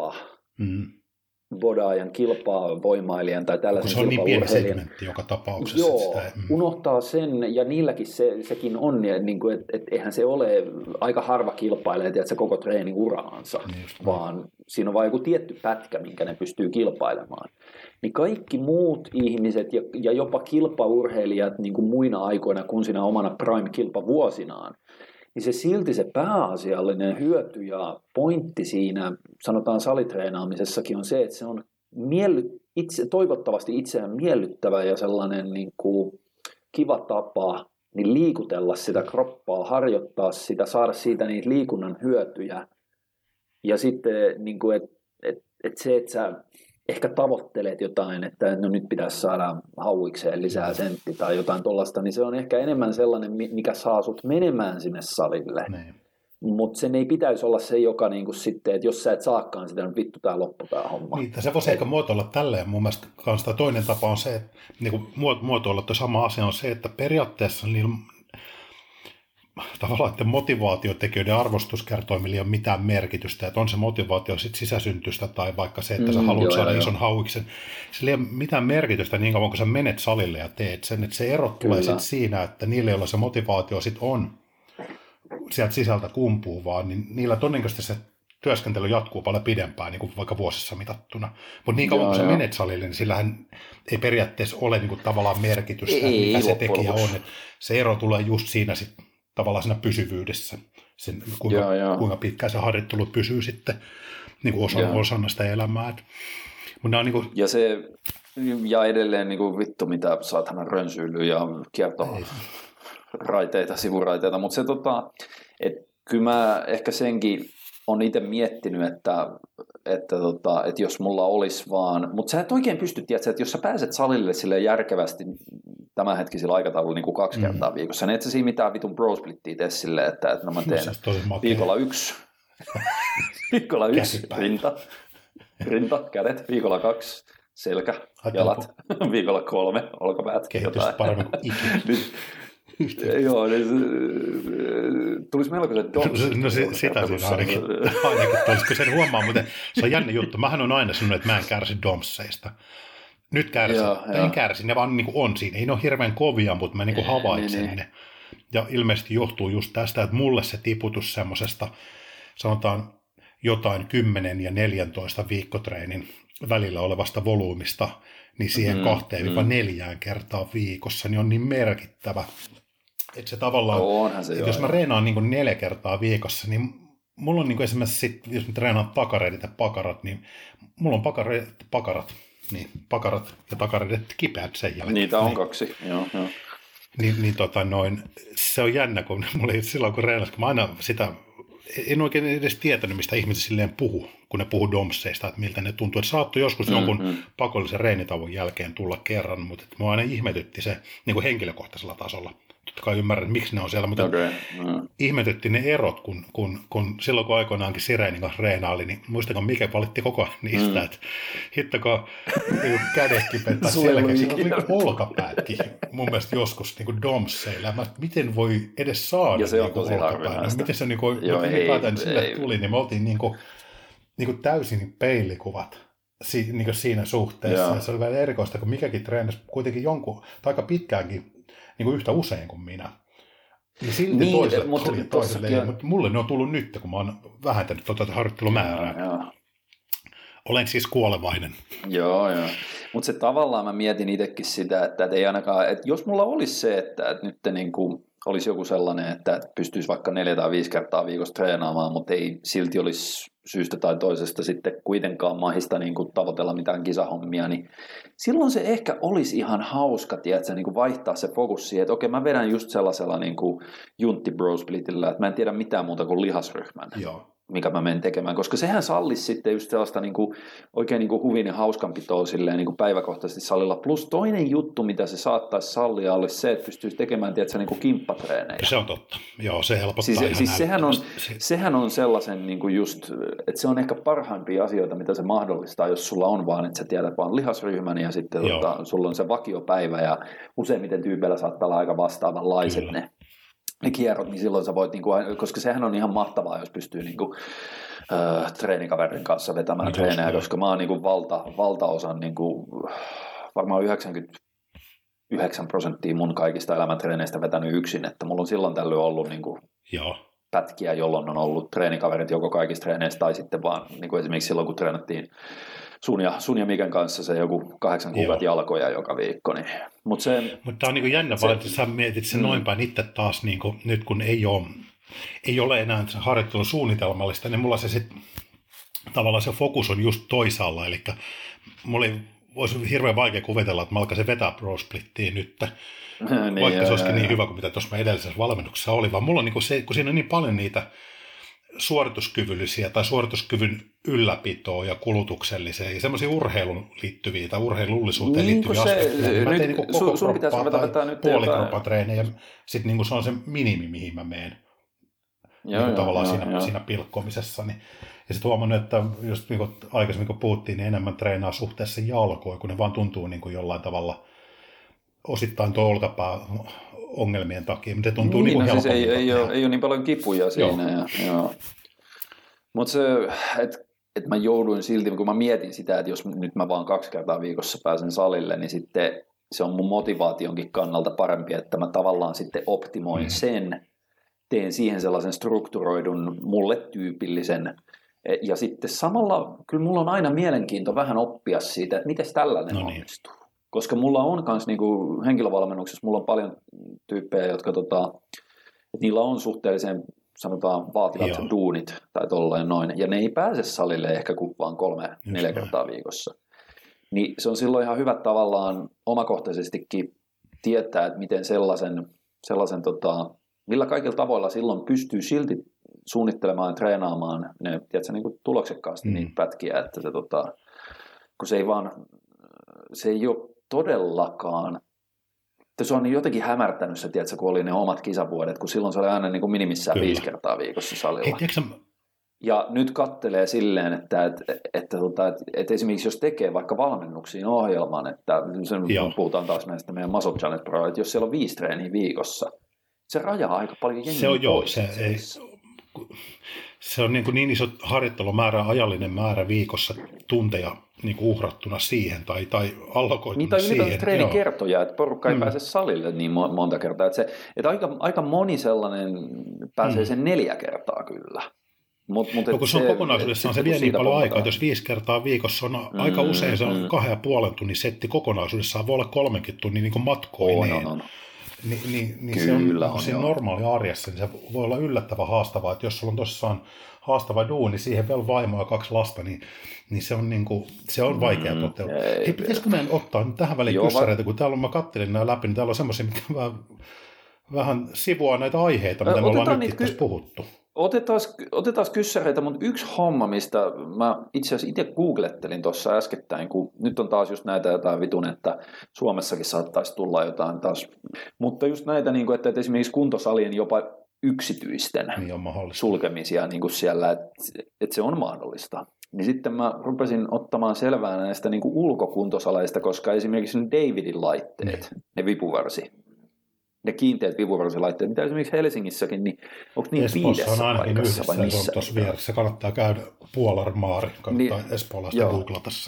bodaajan, kilpaa voimailijan tai tällaisen kilpaurheilijan. Se on niin pieni segmentti joka tapauksessa. Joo, unohtaa sen, ja niilläkin sekin on, niin että eihän se ole, aika harva kilpailee, että se koko treeniuraansa, vaan siinä on vain joku tietty pätkä, minkä ne pystyy kilpailemaan. Niin kaikki muut ihmiset ja jopa kilpaurheilijat niin kuin muina aikoina kuin siinä omana prime-kilpavuosinaan, niin se silti se pääasiallinen hyöty ja pointti siinä, sanotaan salitreenaamisessakin, on se, että se on toivottavasti itseään miellyttävä ja sellainen niin kuin kiva tapa niin liikutella sitä kroppaa, harjoittaa sitä, saada siitä niitä liikunnan hyötyjä. Ja sitten, niin kuin, että se, että sä ehkä tavoittelet jotain, että no nyt pitäisi saada hauikseen lisää sentti tai jotain tollaista, niin se on ehkä enemmän sellainen, mikä saa sut menemään sinne salille. Mutta sen ei pitäisi olla se, joka niinku sitten, että jos sä et saakaan sitä, niin vittu tää loppu tää homma. Niin, se voisi ehkä muotoilla tälleen. Mun mielestä kanssa toinen tapa on se, että niin muotoilla tuo sama asia on se, että periaatteessa niin tavallaan, että motivaatiotekijöiden arvostuskertoimilla ei ole mitään merkitystä, että on se motivaatio sit sisäsyntystä tai vaikka se, että sä haluat saada ison hauiksen. Sillä ei ole mitään merkitystä niin kauan, kun sä menet salille ja teet sen, että se ero tulee sitten siinä, että niille, joilla se motivaatio sitten on, sieltä sisältä kumpuu vaan, niin niillä todennäköisesti se työskentely jatkuu paljon pidempään, niin kuin vaikka vuosissa mitattuna. Mutta niin kauan kun sä menet salille, niin sillähän ei periaatteessa ole niin kuin tavallaan merkitystä, mikä se tekijä on. Et se ero tulee just siinä tavallaan siinä pysyvyydessä, sen, kuinka pitkään se harjoittelu pysyy sitten niin kuin osana sitä elämää. Niin kuin... ja edelleen niin kuin vittu mitä saatana rönsyilyä ja kiertoraiteita, sivuraiteita, mutta se että kyllä mä ehkä senkin on itse miettinyt, että jos mulla olisi vaan, mutta sä et oikein pysty, tiedätkö, että jos sä pääset salille sille järkevästi tämänhetkisellä aikataululla niin kuin 2 kertaa viikossa, niin et sä siinä mitään vitun brosplittiä tee silleen, että mä teen viikolla 1 rinta, kädet, viikolla 2 selkä, jalat, viikolla 3 olkapäät. Kehitys paremmin kuin ikinä. Joo, niin tulisi melkoiset No sitä siinä ainakin tulisi, kun sen huomaa, mutta se on jännä juttu. Mähän on aina sanonut, että mä en kärsi domseista. Nyt kärsin, en kärsi, ne vaan niin kuin on siinä. Ei ne ole hirveän kovia, mutta mä niin kuin havaitsen ne. Ja ilmeisesti johtuu just tästä, että mulle se tiputus semmosesta, sanotaan jotain 10 ja 14 viikkotreenin välillä olevasta volyymista, niin siihen 2-4 kertaa viikossa, niin on niin merkittävä. Että se tavallaan, että jos mä reenaan niin kuin 4 kertaa viikossa, niin mulla on niin kuin esimerkiksi, jos mä treenaan takareidit ja pakarat, niin mulla on pakarat ja takareidit kipeät sen jälkeen. Niitä on 2, joo. Se on jännä, kun mulla silloin kun reenasin, kun mä aina sitä, en oikein edes tietänyt, mistä ihmiset silleen puhuu, kun ne puhuu domseista, että miltä ne tuntuu. Että saattoi joskus jonkun pakollisen reenitavun jälkeen tulla kerran, mutta mua aina ihmetytti se niin kuin henkilökohtaisella tasolla. Totta kai ymmärrän, että miksi ne on siellä, mutta ihmetytti ne erot, kun silloin kun aikoinaankin Sireenin kanssa reenaili, niin muistakaa Mike valitti koko ajan niistä, että hittakaa kädet kipeätä selkeä. Siinä on niin olkapäätkin mun mielestä joskus niin domseilla. Miten voi edes saada ja se on tosi harvinaista. Miten se ylipäätään sille tuli, niin me oltiin niin kuin täysin peilikuvat. Niin siinä suhteessa. Ja se oli vähän erikoista, kun Mikekin treenasi kuitenkin jonkun, tai aika pitkäänkin, niin kuin yhtä usein kuin minä. Niin silti toiselle ei, mutta mulle ne on tullut nyt, kun mä oon vähentänyt harjoittelumäärää. Olen siis kuolevainen. Joo. Mutta se tavallaan mä mietin itsekin sitä, että ei ainakaan, että jos mulla olisi se, että nyt niin kuin olisi joku sellainen, että pystyisi vaikka 4 tai 5 kertaa viikossa treenaamaan, mutta ei silti olisi syystä tai toisesta sitten kuitenkaan mahista niin kuin tavoitella mitään kisahommia, niin silloin se ehkä olisi ihan hauska, tiedätkö, niin kuin vaihtaa se fokus siihen, että okei, mä vedän just sellaisella niin kuin juntti bro splitillä, että mä en tiedä mitään muuta kuin lihasryhmän. Joo. Mikä mä menen tekemään, koska sehän sallisi sitten just sellaista niin kuin, oikein niin kuin huvin ja hauskanpitoa silleen niin kuin päiväkohtaisesti salilla. Plus toinen juttu, mitä se saattaisi sallia, olisi se, että pystyisi tekemään tiedätkö, niin kuin kimppatreenejä. Se on totta. Joo, se helpottaa siis sehän on sellaisen niin kuin just, että se on ehkä parhaimpia asioita, mitä se mahdollistaa, jos sulla on vaan, että sä tiedät vaan lihasryhmän ja sitten sulla on se vakiopäivä ja useimmiten tyypeillä saattaa olla aika vastaavanlaiset ne kierrot, niin silloin sä voit, koska sehän on ihan mahtavaa, jos pystyy treenikaverin kanssa vetämään treenejä, koska mä oon valtaosan, varmaan 99% mun kaikista elämäntreeneistä vetänyt yksin, että mulla on silloin tällöin ollut pätkiä, jolloin on ollut treenikaverit joko kaikista treeneistä tai sitten vaan esimerkiksi silloin, kun treenattiin sun ja Miken kanssa se joku 8 kuukautta jalkoja joka viikko. Niin. Mutta tämä on jännä, että sä mietit sen noin päin itse taas, nyt kun ei ole enää harjoittelun suunnitelmallista, niin mulla se sitten tavallaan se fokus on just toisaalla, eli mulla olisi hirveän vaikea kuvitella, että mä alkaisin vetää pro-splittiä nyt, vaikka se olisikin niin hyvä kuin mitä tuossa edellisessä valmennuksessa oli, vaan mulla on se, kun siinä on niin paljon niitä suorituskyvyllisiä tai suorituskyvyn ylläpitoa ja kulutuksellisia ja semmoisia urheiluun liittyviä tai urheilullisuuteen liittyviä aspekteja. Mä teen koko kroppaa tai puolikroppan treenejä ja sitten se on se minimi, mihin mä menen tavallaan siinä pilkkomisessa. Ja sitten huomannut, että just aikaisemmin kun puhuttiin, niin enemmän treenaa suhteessa jalkoja, kun ne vaan tuntuu jollain tavalla osittain tuo olkapää ongelmien takia, mutta se tuntuu helpommin. Siis ei ole niin paljon kipuja siinä. Mutta se, että mä jouduin silti, kun mä mietin sitä, että jos nyt mä vaan 2 kertaa viikossa pääsen salille, niin sitten se on mun motivaationkin kannalta parempi, että mä tavallaan sitten optimoin sen, teen siihen sellaisen strukturoidun, mulle tyypillisen Ja sitten samalla, kyllä mulla on aina mielenkiinto vähän oppia siitä, että miten tällainen onnistuu. Koska mulla on myös niinku henkilövalmennuksessa, mulla on paljon tyyppejä, jotka että niillä on suhteellisen, sanotaan, vaativat duunit tai tolleen noin, ja ne ei pääse salille ehkä kuin vaan 3-4 kertaa viikossa. Niin se on silloin ihan hyvä tavallaan omakohtaisestikin tietää, että miten sellaisen millä kaikilla tavoilla silloin pystyy silti suunnittelemaan ja treenaamaan ne, tiedätkö, niin kuin tuloksekkaasti niitä pätkiä, että se, kun se ei ole todellakaan, että se on jotenkin hämärtänyt se, tiedätkö, kun oli ne omat kisavuodet, kun silloin se oli aina niin kuin minimissään 5 kertaa viikossa salilla. Ja nyt kattelee silleen, että esimerkiksi jos tekee vaikka valmennuksiin ohjelman, että puhutaan taas näistä meidän Muscle Challenge Pro, että jos siellä on 5 treeniä viikossa, se rajaa aika paljon jengiä pois. Se on niin iso harjoittelumäärä, ajallinen määrä viikossa tunteja niin kuin uhrattuna siihen tai allokoituna siihen. Niitä on treenikertoja, että porukka ei pääse salille niin monta kertaa. Että aika moni sellainen pääsee sen 4 kertaa kyllä. Kun se on kokonaisuudessaan, se vie niin paljon aikaa, että jos 5 kertaa viikossa on aika usein se on 2,5 tunnin setti kokonaisuudessaan, voi olla 3 tunnin niin matkoineen. Niin se on siinä normaali arjessa, niin se voi olla yllättävän haastavaa, että jos sulla on tosissaan haastava duuni, siihen vielä vaimo ja 2 lasta, niin se on, se on vaikea toteuttaa. Hei, pitäisikö meidän ottaa nyt tähän väliin kyssäreitä, kun täällä mä kattelin nämä läpi, niin täällä on semmoisia, mitkä vähän sivuaa näitä aiheita, mitä me ollaan nyt tässä puhuttu. Otetaan kyssäreitä, mutta yksi homma, mistä mä itse asiassa itse googlettelin tuossa äskettäin, kun nyt on taas just näitä jotain vitun, että Suomessakin saattaisi tulla jotain taas, mutta just näitä, että esimerkiksi kuntosalien jopa yksityisten sulkemisia niin kuin siellä, että se on mahdollista. Niin sitten mä rupesin ottamaan selvää näistä niin kuin ulkokuntosaleista, koska esimerkiksi ne Davidin laitteet, ne vipuvarsi, ne kiinteät vipuvarsilaitteet, mitä esimerkiksi Helsingissäkin, niin onko niin 5 paikassa vai missä? Tuossa vieressä kannattaa käydä Puolarmaari, kannattaa espoolaista googlata se.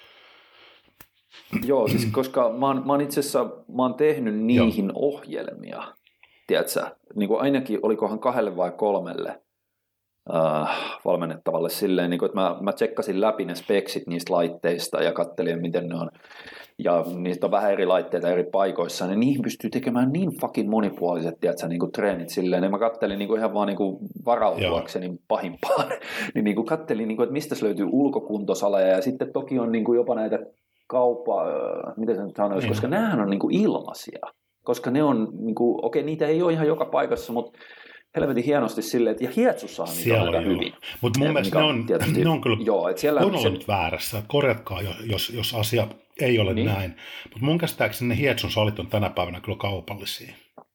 Joo, siis koska mä oon itse asiassa tehnyt niihin ohjelmia, tiedätkö, niin kuin ainakin olikohan 2 vai 3 valmennettavalle silleen, niin kuin, että mä tsekkasin läpi ne speksit niistä laitteista ja kattelin, miten ne on. Ja niistä on vähän eri laitteita eri paikoissa, niin niihin pystyy tekemään niin fucking monipuoliset, tiedätkö, niin kuin treenit silleen. Ja mä kattelin niin kuin ihan vaan niin kuin varautuakseni pahimpaan. niin kuin kattelin, niin kuin, että mistä se löytyy ulkokuntosaleja. Ja sitten toki on niin kuin jopa näitä miten se nyt sanoisi, koska näähän on niin kuin ilmaisia. Koska ne on, niin kuin, okei, niitä ei ole ihan joka paikassa, mutta helvetin hienosti silleen, että ja Hietsussahan niitä on aika hyvin. Mutta mun mielestä ne on kyllä, on ollut väärässä. Korjatkaa, jos asia ei ole näin. Mutta mun käsittääkseni ne Hietsun salit on tänä päivänä kyllä kaupallisia.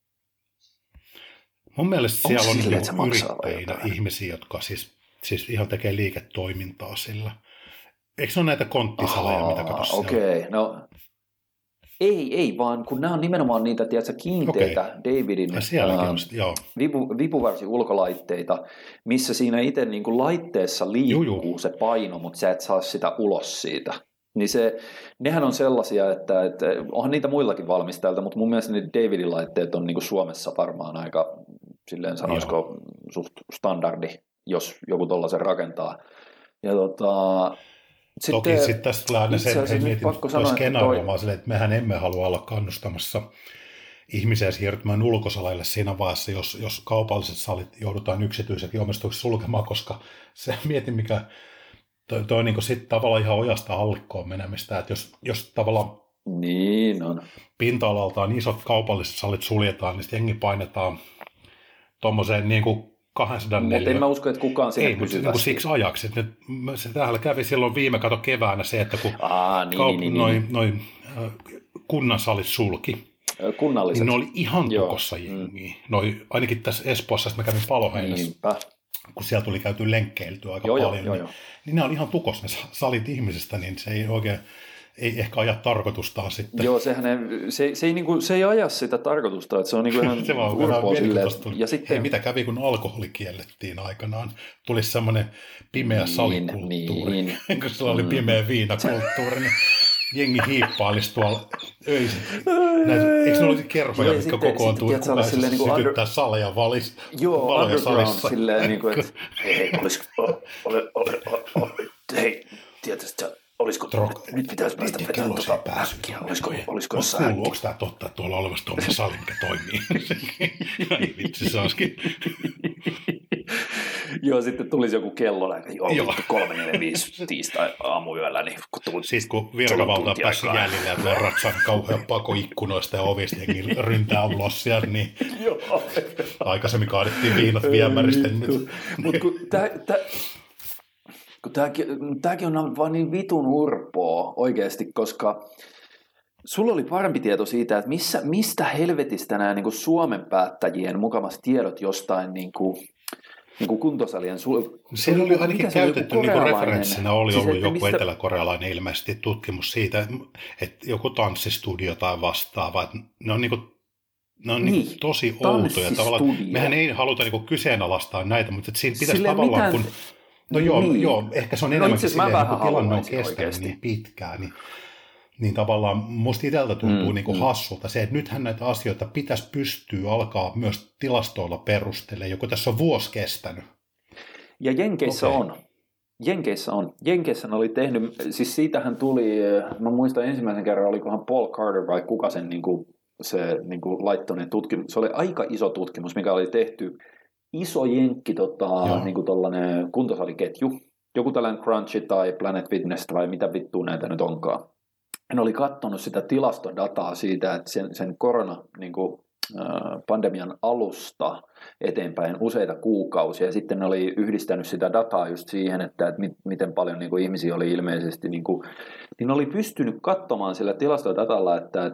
Mun mielestä siellä on yrittäjinä ihmisiä, jotka siis ihan tekee liiketoimintaa sillä. Eikö ne ole näitä konttisaleja, mitä katsotaan? Okei, no ei vaan, kun nämä on nimenomaan niitä, tiedätkö, kiinteitä Davidin vipuvarsi ulkolaitteita, missä siinä itse niin kuin laitteessa liikkuu se paino, mutta sä et saa sitä ulos siitä. Niin nehän on sellaisia, että onhan niitä muillakin valmistajilta, mutta mun mielestä ne Davidin laitteet on niin kuin Suomessa varmaan aika, silleen sanoisiko, suht standardi, jos joku tollaisen rakentaa. Ja toki sitten tästä tulee se, että mietin skenaariomaan silleen, että mehän emme halua olla kannustamassa ihmisiä siirtymään ulkosaleille siinä vaiheessa, jos kaupalliset salit joudutaan yksityisekin omistuksessa sulkemaan, koska se mietin, mikä toi niin sitten tavallaan ihan ojasta allikkoon menemistä, että jos tavallaan pinta-alaltaan isot kaupalliset salit suljetaan, niin sitten jengi painetaan tuommoiseen niin kuin 204. Mutta en mä usko, että kukaan sinne pysyvästi. Niin siksi ajaksi. Se täällä kävi silloin viime keväänä se, että kun noin kunnan salit sulki, kunnalliset. niin ne oli ihan tukossa jengiä. Ainakin tässä Espoossa, mä kävin Paloheinässä, kun siellä tuli käyty lenkkeiltyä aika paljon, niin ne oli ihan tukossa ne salit ihmisestä, niin se ei oikein... Ei ehkä aja tarkoitustaan sitten. Joo, se ei aja sitä tarkoitusta, että se on niin kuin ihan urpoa silleen. Ja sitten mitä kävi, kun alkoholi kiellettiin aikanaan? Tuli semmoinen pimeä salikulttuuri, kun sillä oli pimeä viinakulttuuri. jengi hiippailisi tuolla öisin. Eikö ne olisi kerhoja, mitkä kokoontuu, että kukaan sytyttää saleja valis? Joo, underground silleen, niin kuin, että hei, tietysti olisiko, nyt pitäisi päästä vetämään äkkiä, olisiko jossain äkkiä? Onko tämä totta, että tuolla olevassa tuolla sali, mikä toimii? Ai vitsi, se olisikin. Joo, sitten tulisi joku kellonaika, 3-4-5 tiistai aamuyöllä. Niin sitten kun virkavalta on päässyt jäljellä ja tuo ratsan kauhean pako ikkunoista ja ovista ja ryntää ulos sieltä, niin aikaisemmin kaadettiin viinat viemäristä. Mutta kun tämäkin on vaan niin vitun urpoa oikeasti, koska sulla oli parempi tieto siitä, että mistä helvetistä nämä niin kuin Suomen päättäjien mukamas tiedot jostain niin kuin kuntosalien... Siinä oli ainakin käytetty niin referenssinä, oli siis ollut joku eteläkorealainen ilmeisesti tutkimus siitä, että joku tanssistudio tai vastaava, että ne on, niin, tosi outoja. Tavallaan, mehän ei haluta niin kuin kyseenalaistaa näitä, mutta siinä pitäisi silleen tavallaan, kun... No joo, ehkä se on enemmänkin silleen, kun tilanne on kestänyt niin pitkään, niin tavallaan musta itseltä tuntuu niin kuin hassulta se, että nythän näitä asioita pitäisi pystyä alkaa myös tilastoilla perustelemaan, joko tässä on vuosi kestänyt. Ja Jenkeissä on. Jenkeissä oli tehnyt, siis siitähän tuli, mä muistan ensimmäisen kerran, olikohan Paul Carter vai kuka sen laittoi ne tutkimus. Se oli aika iso tutkimus, mikä oli tehty iso jenkki niin tollainen kuntosaliketju. Joku tällainen Crunchy tai Planet Fitness tai mitä vittua näitä nyt onkaan. Hän oli katsonut sitä tilastodataa siitä, että sen pandemian alusta eteenpäin useita kuukausia. Ja sitten ne oli yhdistänyt sitä dataa just siihen, että miten paljon niin kuin ihmisiä oli ilmeisesti. Niin ne oli pystynyt katsomaan sillä tilastodatalla, että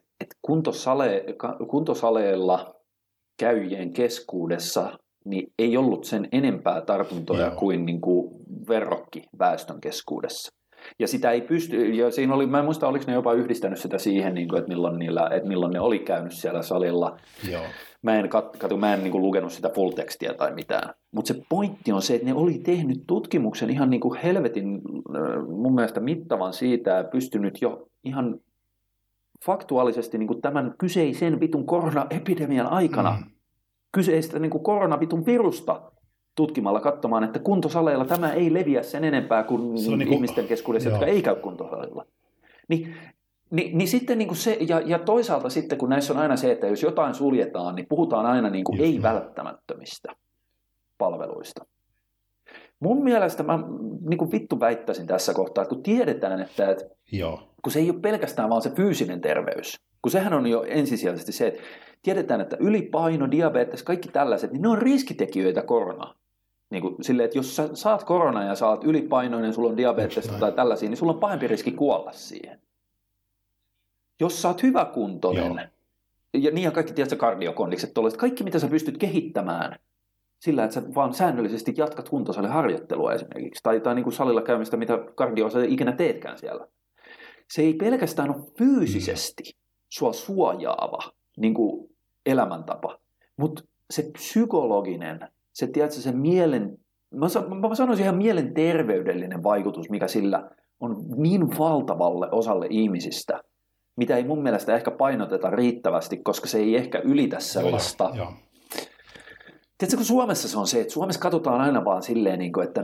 kuntosaleilla käyjien keskuudessa niin ei ollut sen enempää tartuntoja kuin verrokkiväestön keskuudessa. Ja sitä ei pysty, ja siinä oli, mä en muista, oliko ne jopa yhdistänyt sitä siihen, että milloin ne oli käynyt siellä salilla. Joo. Mä en lukenut sitä full tekstiä tai mitään. Mutta se pointti on se, että ne oli tehnyt tutkimuksen ihan niin kuin helvetin mun mielestä mittavan siitä ja pystynyt jo ihan faktuaalisesti niin kuin tämän kyseisen vitun koronaepidemian aikana kyseistä niin kuin koronavitun virusta tutkimalla katsomaan, että kuntosaleilla tämä ei leviä sen enempää kuin ihmisten keskuudessa, jotka ei käy kuntosaleilla. Niin sitten niin kuin se, ja toisaalta sitten, kun näissä on aina se, että jos jotain suljetaan, niin puhutaan aina niin kuin ei-välttämättömistä palveluista. Mun mielestä mä niin kuin vittu väittäisin tässä kohtaa, että kun tiedetään, että kun se ei ole pelkästään vaan se fyysinen terveys, kun sehän on jo ensisijaisesti se, että tiedetään, että ylipaino, diabetes, kaikki tällaiset, niin ne on riskitekijöitä koronaan. Niin kuin silleen, että jos sä saat korona ja sä oot ylipainoinen, sulla on diabetesta tai tällaisia, niin sulla on pahempi riski kuolla siihen. Jos sä oot hyväkuntoinen, ja kaikki tiedät kardiokondikset, kaikki mitä sä pystyt kehittämään sillä, että sä vaan säännöllisesti jatkat kuntosaliharjoittelua esimerkiksi, tai niin kuin salilla käymistä, mitä kardioa sä ikinä teetkään siellä. Se ei pelkästään ole fyysisesti sua suojaava niin kuin elämäntapa, mutta se psykologinen, se, tiedätkö, se mielen, mä sanoisin ihan mielenterveydellinen vaikutus, mikä sillä on niin valtavalle osalle ihmisistä, mitä ei mun mielestä ehkä painoteta riittävästi, koska se ei ehkä ylitä sellaista. Tiedätkö, kun Suomessa se on se, että Suomessa katsotaan aina vaan silleen, että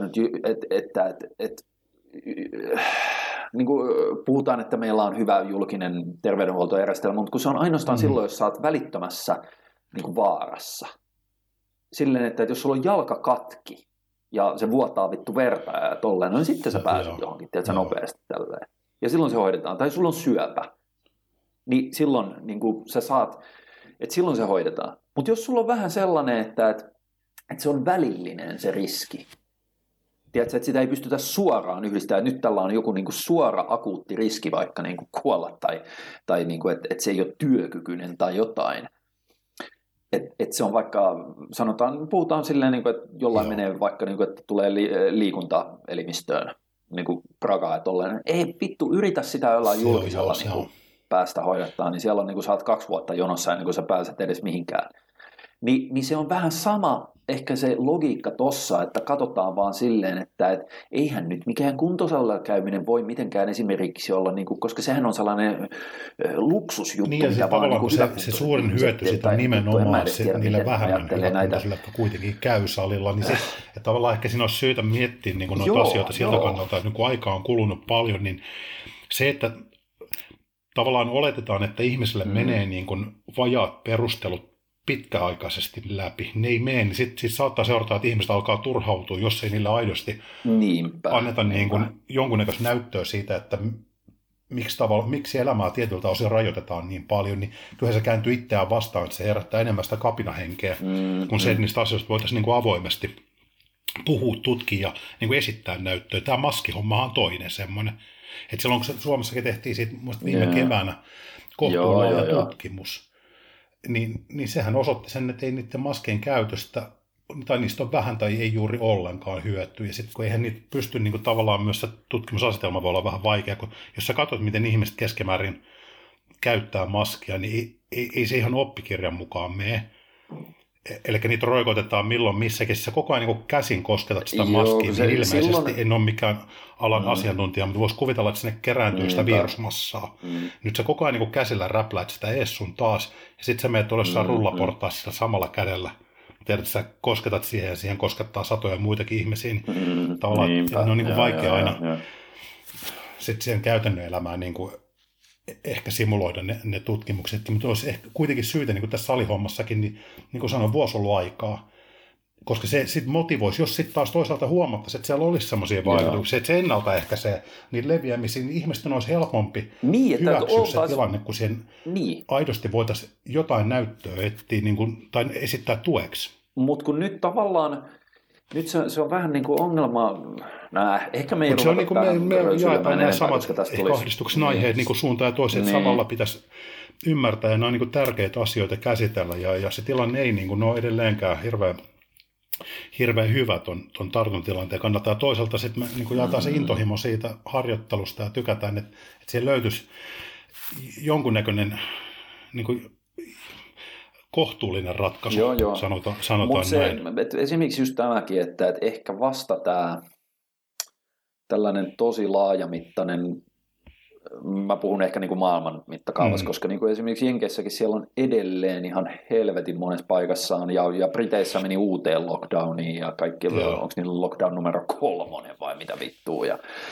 niin kuin puhutaan, että meillä on hyvä julkinen terveydenhuoltojärjestelmä, mutta kun se on ainoastaan silloin, jos sä oot välittömässä niin kuin vaarassa. Silleen, että jos sulla on jalka katki ja se vuotaa vittu verta ja tolleen, niin sitten sä pääset johonkin, tiedätkö, nopeasti tälleen. Ja silloin se hoidetaan. Tai sulla on syöpä. Niin silloin niin kuin sä saat, että silloin se hoidetaan. Mutta jos sulla on vähän sellainen, että se on välillinen se riski, tiedätkö, että sitä ei pystytä suoraan yhdistämään, nyt tällä on joku niin kuin suora akuutti riski vaikka niin kuin kuolla tai niin kuin, että se ei ole työkykyinen tai jotain. Että se on vaikka, puhutaan silleen, niin kuin, että jollain menee vaikka, niin kuin, että tulee liikuntaelimistöön, niin kuin prakaa ja tolleen. Ei vittu, yritä sitä jollain julkisella niin kuin päästä hoidattaa, niin siellä on, niin kuin, sä oot 2 vuotta jonossa ennen kuin sä pääset edes mihinkään. Niin se on vähän sama ehkä se logiikka tossa, että katsotaan vaan silleen, että eihän nyt mikään kuntosalilla käyminen voi mitenkään esimerkiksi olla, niin kuin, koska sehän on sellainen luksusjuttu. Niin, ja se, vaan, niin se suurin hyöty siitä on nimenomaan niille vähemmän hyväkuntoisille, jotka kuitenkin käy salilla, niin se, että tavallaan ehkä siinä olisi syytä miettiä niin noita asioita siltä kannalta, että kun aikaa on kulunut paljon, niin se, että tavallaan oletetaan, että ihmiselle menee niin kuin vajaat perustelut pitkäaikaisesti läpi, ne ei mene, niin sitten saattaa seurata, että ihmiset alkaa turhautua, jos ei niille aidosti anneta niin kuin jonkunnäköistä näyttöä siitä, että miksi elämää tietyltä osin rajoitetaan niin paljon, niin kyllähän se kääntyy itseään vastaan, että se herättää enemmän sitä kapinahenkeä, kun se, että niistä asioista voitaisiin niin kuin avoimesti puhua, tutkia ja niin kuin esittää näyttöä. Tämä maskihomma on toinen semmoinen. Että silloin, kun Suomessakin tehtiin siitä viime keväänä kohtuullinen tutkimus, niin sehän osoitti sen, että ei niiden maskien käytöstä, tai niistä on vähän tai ei juuri ollenkaan hyötyä. Ja sitten kun eihän niitä pysty, niin kuin tavallaan myös se tutkimusasetelma voi olla vähän vaikea, kun jos sä katsot, miten ihmiset keskimäärin käyttää maskia, niin ei se ihan oppikirjan mukaan mene. Eli niitä roikotetaan milloin missäkin. Sä koko ajan niin käsin kosketat sitä maskia, niin ilmeisesti silloin en ole mikään alan asiantuntija, mutta voisi kuvitella, että sinne kerääntyy sitä virusmassaa. Nyt sä koko ajan niin käsillä räpläät sitä ees sun taas, ja sitten sä menet olessaan rullaportaassa sillä samalla kädellä. Tiedät, että sä kosketat siihen, ja siihen koskettaa satoja muitakin ihmisiä. Tavallaan ne on niin kuin vaikea aina sitten siihen käytännön elämään niin kuin ehkä simuloida ne tutkimukset, mutta olisi ehkä kuitenkin syytä, niin kuin tässä salihommassakin, niin kuin sanoin, vuosi ollut aikaa, koska se sitten motivoisi, jos sitten taas toisaalta huomattaisiin, että siellä olisi sellaisia vaikutuksia, että se ennaltaehkäisee niin leviämisiä, niin ihmisten olisi helpompi hyväksyä se tilanne, kun siihen aidosti voitaisiin jotain näyttöä etsiä niin kuin, tai esittää tueksi. Mutta kun nyt tavallaan, nyt se on vähän niin kuin ongelma, ehkä me ei ruveta niin me jaetaan nämä samat ahdistuksen aiheet niin suuntaan ja toiseen, että samalla pitäisi ymmärtää, ja nämä on niin kuin tärkeitä asioita käsitellä, ja se tilanne ei niin kuin ole edelleenkään hirveän hyvä ton tartuntatilanteen kannalta, ja toisaalta sitten me niin kuin jaetaan se intohimo siitä harjoittelusta, ja tykätään, että siellä löytyisi jonkunnäköinen niin kuin kohtuullinen ratkaisu, sanotaan näin. Esimerkiksi just tämäkin, että ehkä vasta tämä tällainen tosi laajamittainen, mä puhun ehkä niin kuin maailman mittakaavassa, koska niin kuin esimerkiksi Jenkeissäkin siellä on edelleen ihan helvetin monessa paikassaan, ja Briteissä meni uuteen lockdowniin, ja kaikki, onko niillä lockdown numero 3 vai mitä vittua,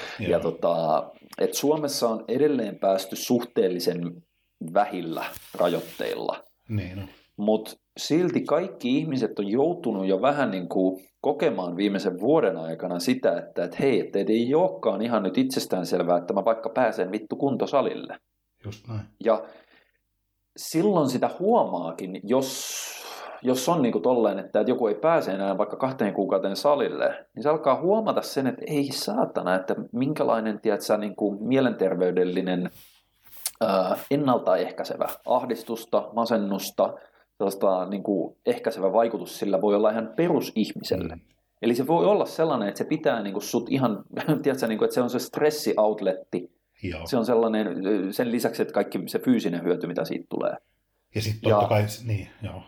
että Suomessa on edelleen päästy suhteellisen vähillä rajoitteilla. Niin on. Mutta silti kaikki ihmiset on joutunut jo vähän niin kuin kokemaan viimeisen vuoden aikana sitä, että hei, että ei olekaan ihan nyt itsestäänselvää, että mä vaikka pääsen vittu kuntosalille. Just näin. Ja silloin sitä huomaakin, jos on niin kuin tolleen, että joku ei pääse enää vaikka 2 kuukauteen salille, niin se alkaa huomata sen, että ei saatana, että minkälainen niin kuin mielenterveydellinen ennaltaehkäisevä ahdistusta, masennusta, sellaista niin kuin ehkäisevä vaikutus sillä voi olla ihan perusihmiselle. Eli se voi olla sellainen, että se pitää niin kuin sut ihan, tiedätkö, niin kuin, että se on se stressiautletti. Joo. Se on sellainen, sen lisäksi, että kaikki se fyysinen hyöty, mitä siitä tulee. Ja sitten totta kai, niin, joo.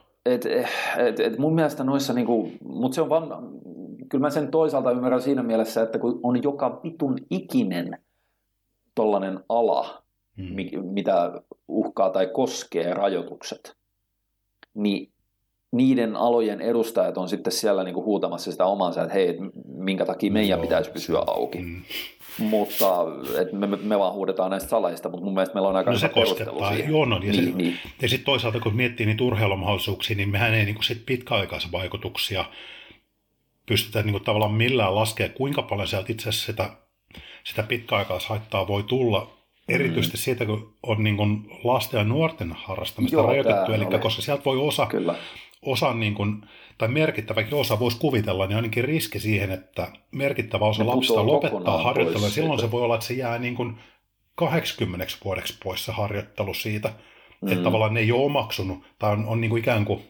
Mun mielestä noissa, niin kuin, mutta se on vaan, kyllä mä sen toisaalta ymmärrän siinä mielessä, että kun on joka vitun ikinen tollainen ala, mitä uhkaa tai koskee rajoitukset, niin niiden alojen edustajat on sitten siellä niinku huutamassa sitä omansa, että hei, minkä takia meidän pitäisi pysyä auki. Mutta me vaan huudetaan näistä salaista, mutta mun mielestä meillä on aika perustelu siihen. Joo, no, ja sitten toisaalta, kun miettii niitä urheilumahdollisuuksia, niin mehän ei niinku sit pitkäaikaisia vaikutuksia pystytä niinku tavallaan millään laskea, kuinka paljon sieltä itse asiassa sitä pitkäaikaishaittaa voi tulla. Erityisesti siitä, kun on niin kuin lasten ja nuorten harrastamista rajoitettu, eli koska sieltä voi osa niin kuin, tai merkittäväkin osa voisi kuvitella, niin ainakin riski siihen, että merkittävä osa lapsista lopettaa harjoittelua, ja silloin se voi olla, että se jää niin kuin 80 vuodeksi pois se harjoittelu siitä, että tavallaan ne ei ole omaksunut, tai on niin kuin ikään kuin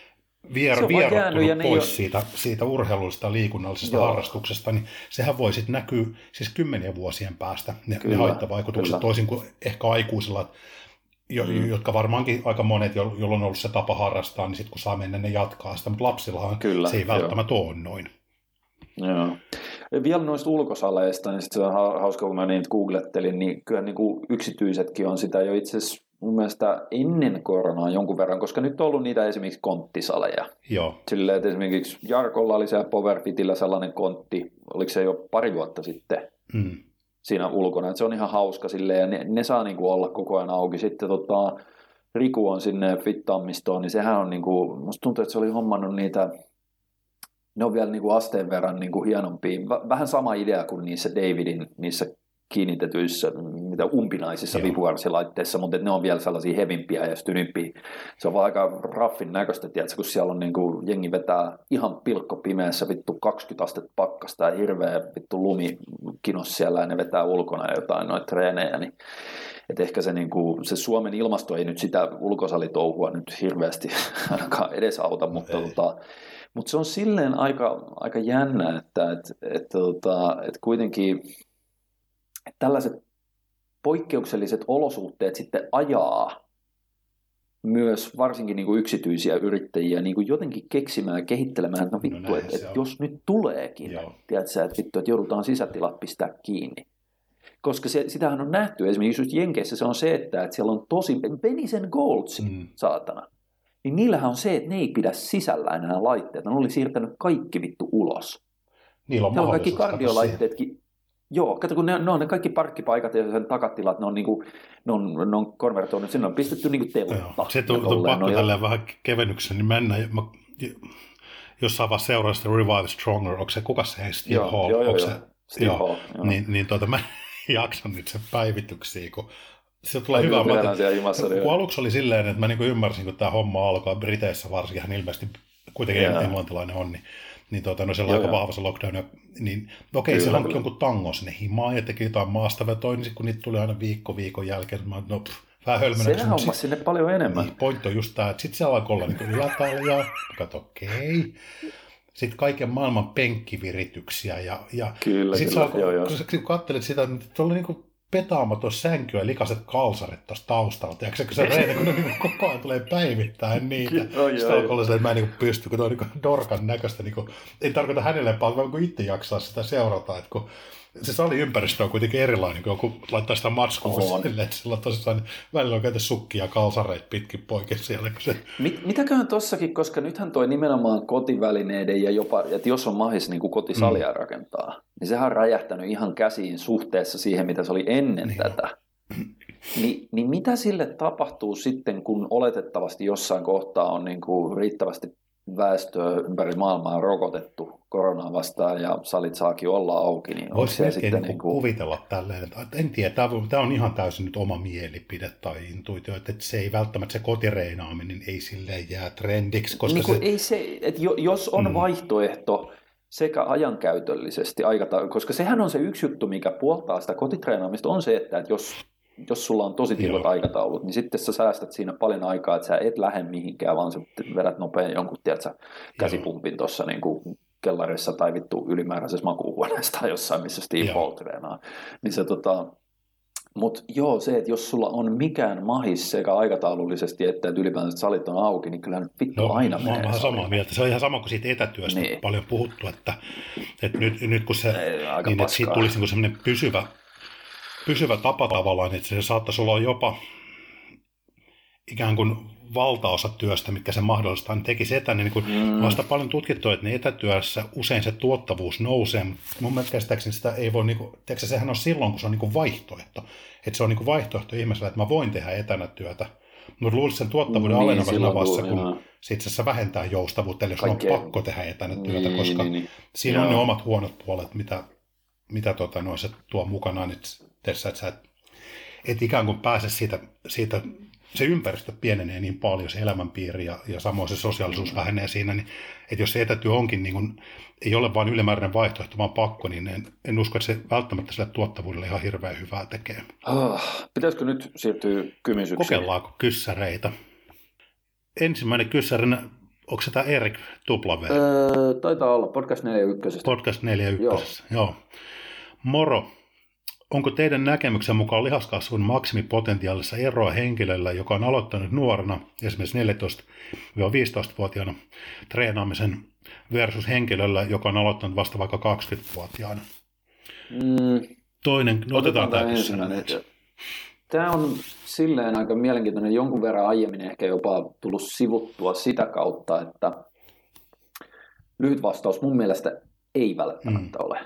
vierottunut pois siitä urheilullisesta liikunnallisesta harrastuksesta, niin sehän voi sitten näkyä siis 10 vuosien päästä ne haittavaikutukset, toisin kuin ehkä aikuisilla, jotka varmaankin aika monet, joilla on ollut se tapa harrastaa, niin sitten kun saa mennä, ne jatkaa sitä, mutta lapsillahan Kyllä, se ei välttämättä ole noin. Joo. Vielä noista ulkosaleista, niin se on hauska, kun mä niitä googlettelin, niin kyllä niin kuin yksityisetkin on sitä jo itse asiassa mun mielestä ennen koronaa jonkun verran, koska nyt on ollut niitä esimerkiksi konttisaleja. Joo. Silleen, että esimerkiksi Jarkolla oli siellä Powerfitillä sellainen kontti, oliko se jo pari vuotta sitten siinä ulkona, että se on ihan hauska silleen, ja ne saa niin kuin olla koko ajan auki. Sitten Riku on sinne Fit-tammistoon, niin sehän on, niin kuin, musta tuntuu, että se oli hommannut niitä. Ne on vielä niin kuin asteen verran niin kuin hienompia. Vähän sama idea kuin niissä Davidin, niissä kiinnitetyissä, mitä umpinaisissa vipuvarsilaitteissa, mutta ne on vielä sellaisia hevimpiä ja stynympiä. Se on vaan aika raffin näköistä, tiedätkö, kun siellä on niin kuin, jengi vetää ihan pilkko pimeässä, vittu 20 astetta pakkasta ja hirveä vittu lumikinos siellä ja ne vetää ulkona jotain noita treenejä. Niin, et ehkä se, niin kuin, se Suomen ilmasto ei nyt sitä ulkosalitoukua nyt hirveästi ainakaan edesauta, mutta se on silleen aika jännä, että kuitenkin tällaiset poikkeukselliset olosuhteet sitten ajaa myös varsinkin niin kuin yksityisiä yrittäjiä niin kuin jotenkin keksimään ja kehittelemään, että no vittu, että jos nyt tuleekin, tiedätkö, että vittu, että joudutaan sisätilat pistää kiinni. Koska sitähän on nähty, esimerkiksi just Jenkeissä se on se, että siellä on tosi Benisen Golds, saatana. Niin niillähän on se, että ne ei pidä sisällä enää laitteet. Ne oli siirtänyt kaikki vittu ulos. Niillä on kaikki kardiolaitteetkin. Joo, kato kun ne on ne kaikki parkkipaikat ja sen takatilat, ne on konvertoinut, sinne on pistetty niinku teltta. Se on pakko tälleen vähän kevennyksen, niin mennään. Jossain vaan seuraa sitä Revive Stronger, onko se, kuka se Steve Hall? Joo. Steve Hall. Niin mä en jaksa nyt sen päivityksiä, kun se tulee hyvä. Kun aluksi oli silleen, että mä niin ymmärsin, kun tämä homma alkoi, Briteissä varsinkin, hän ilmeisesti kuitenkin englantilainen on, niin no siellä aika vahvassa lockdown, niin okei, se hankki jonkun tangon sinne himaan ja teki jotain maastavetoa, niin kun niitä tuli aina viikon jälkeen, vähän hölmönäksi. Sehän hommas sinne paljon enemmän. Niin, pointti on just tämä, että sitten se alkoi olla niin ylätailla ja okei. Sitten kaiken maailman penkkivirityksiä ja kyllä, kun katselit sitä, niin oli niin kuin petaamaton sänky ja likaiset kalsarit tuossa taustalla. Tiedätkö se reina, kun ne niin koko ajan tulee päivittäin niitä. Sitten alkoi olla se, että mä en niin pysty, kun tuo on niin dorkan näköistä. Niin kuin, ei tarkoita hänelle paljon, kun itse jaksaa sitä seurata. Että kun se saliympäristö on kuitenkin erilainen, kun joku laittaa sitä matskua silleen, että sillä tosissaan välillä on käyty sukkia ja kalsareita pitkin poikin siellä. Mitäköhän tossakin, koska nythän toi nimenomaan kotivälineiden ja jopa, että jos on mahis niin kuin kotisalia rakentaa, niin sehän on räjähtänyt ihan käsiin suhteessa siihen, mitä se oli ennen tätä. Niin mitä sille tapahtuu sitten, kun oletettavasti jossain kohtaa on niin kuin riittävästi väestöä ympäri maailmaa rokotettu koronaa vastaan ja salit saakin olla auki, niin onko se sitten niin kuin kuvitella tälleen, että en tiedä, tämä on ihan täysin nyt oma mielipide tai intuitio, että se ei välttämättä se kotireinaaminen ei silleen jää trendiksi, koska niin ei se, että jos on vaihtoehto sekä ajankäytöllisesti, koska sehän on se yksi juttu, mikä puoltaa sitä kotitreenaamista, on se, että jos sulla on tosi tiukat aikataulut, niin sitten sä säästät siinä paljon aikaa, että sä et lähde mihinkään, vaan sä vedät nopein jonkun, tiedätkö, käsipumpin tuossa niin kuin kellarissa tai vittu ylimääräisessä makuuhuoneessa tai jossain, missä Steve Hall treenaa. Niin se mutta joo, se, että jos sulla on mikään mahis sekä aikataulullisesti, että ylipäänsä salit on auki, niin kyllä vittu aina menee. Mä oon vähän samaa mieltä. Se on ihan sama kuin siitä etätyöstä paljon puhuttu, että nyt kun se, niin että siitä tulisi niin semmoinen pysyvä tapa tavallaan, että se saattaisi olla jopa ikään kuin valtaosa työstä, mitkä se mahdollistaa, niin tekisi etänä. Niin vasta paljon tutkittu, että ne etätyössä usein se tuottavuus nousee. Mun mielestä käsittääkseni sitä ei voi, sehän on silloin, kun se on niin kuin vaihtoehto. Että se on niin kuin vaihtoehto ihmiselle, että mä voin tehdä etänä työtä. Mutta luulisin sen tuottavuuden alenevan vasta, kun sitten se vähentää joustavuutta, eli jos on pakko tehdä etänä työtä, koska siinä on ne omat huonot puolet, mitä se tuo mukanaan, että sä et ikään kuin pääse siitä, se ympäristö pienenee niin paljon, se elämänpiiri ja samoin se sosiaalisuus vähenee siinä, niin että jos se etätyö onkin, niin kun, ei ole vain ylimääräinen vaihtoehto, vaan pakko, niin en usko, että se välttämättä sille tuottavuudelle ihan hirveän hyvää tekee. Pitäisikö nyt siirtyä kysymyksiin? Kokeillaanko kyssäreitä? Ensimmäinen kyssärinä, onko se tämä Erik W? Taitaa olla Podcast 41. Podcast 41, joo. Moro. onko teidän näkemyksen mukaan lihaskasvun maksimipotentiaalissa eroa henkilöllä, joka on aloittanut nuorena, esimerkiksi 14-15-vuotiaana treenaamisen versus henkilöllä, joka on aloittanut vasta vaikka 20-vuotiaana? Toinen, otetaan tämä ensimmäinen. Tämä on silleen aika mielenkiintoinen, jonkun verran aiemmin ehkä jopa tullut sivuttua sitä kautta, että lyhyt vastaus mun mielestä ei välttämättä ole.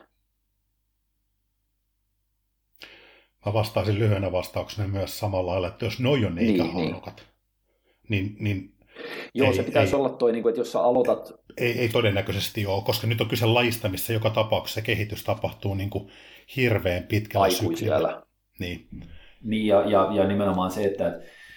Mä vastaisin lyhyenä vastauksena myös samalla lailla, että jos noi on ne ikähaarukat, niin joo, ei, se pitäisi olla toi, että jos sä aloitat... Ei todennäköisesti ole, koska nyt on kyse lajista, missä joka tapauksessa kehitys tapahtuu niin kuin hirveän pitkällä syklillä. Niin, ja nimenomaan se, että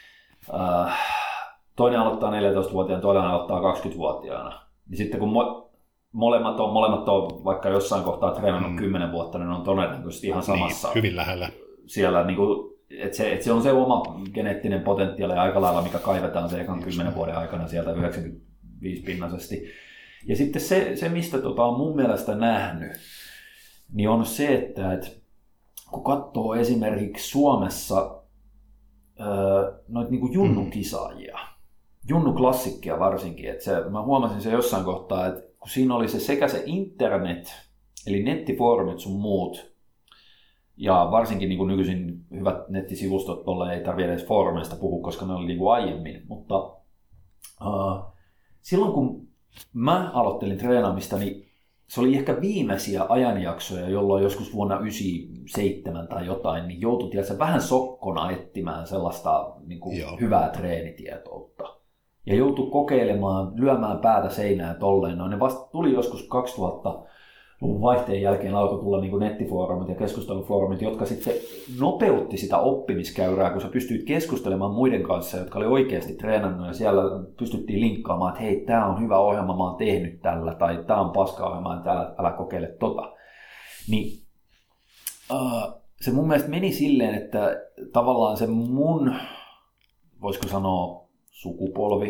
toinen aloittaa 14-vuotiaana, toinen aloittaa 20-vuotiaana. Niin sitten kun molemmat on vaikka jossain kohtaa treenannut 10 vuotta, niin ne on todennäköisesti ihan samassa. Niin, hyvin lähellä. Siellä, niin kuin, että se on se oma geneettinen potentiaali aika lailla, mikä kaivetaan se ekan 10 vuoden aikana sieltä 95-pinnaisesti. Ja sitten se mistä on mun mielestä nähnyt, niin on se, että kun katsoo esimerkiksi Suomessa noita niin kuin junnukisaajia, junnuklassikkia varsinkin, että mä huomasin se jossain kohtaa, että kun siinä oli sekä se internet, eli nettifoorumit sun muut, ja varsinkin niin kuin nykyisin hyvät nettisivustot, tolle ei tarvitse edes foorumeista puhua, koska ne oli niin kuin aiemmin, mutta silloin kun mä aloittelin treenaamista, niin se oli ehkä viimeisiä ajanjaksoja, jolloin joskus vuonna 1997 tai jotain, niin joutui vähän sokkona etsimään sellaista niin kuin hyvää treenitietoutta. Ja joutui kokeilemaan, lyömään päätä seinään tolleen. No, ne vasta tuli joskus 2000-luvun vaihteen jälkeen alkoi tulla niin kuin nettifoorumit ja keskustelufoorumit, jotka sitten nopeutti sitä oppimiskäyrää, kun sä pystyit keskustelemaan muiden kanssa, jotka oli oikeasti treenannut, ja siellä pystyttiin linkkaamaan, että hei, tää on hyvä ohjelma, mä oon tehnyt tällä, tai tää on paska ohjelma, älä kokeile tota. Niin se mun mielestä meni silleen, että tavallaan se mun, voisiko sanoa, sukupolvi,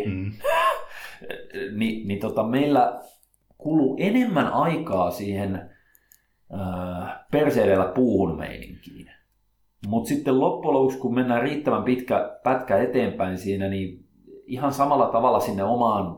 niin meillä kuluu enemmän aikaa siihen perseidellä puuhun meininkiin. Mutta sitten loppujen lopuksi, kun mennään riittävän pitkä pätkä eteenpäin siinä, niin ihan samalla tavalla sinne omaan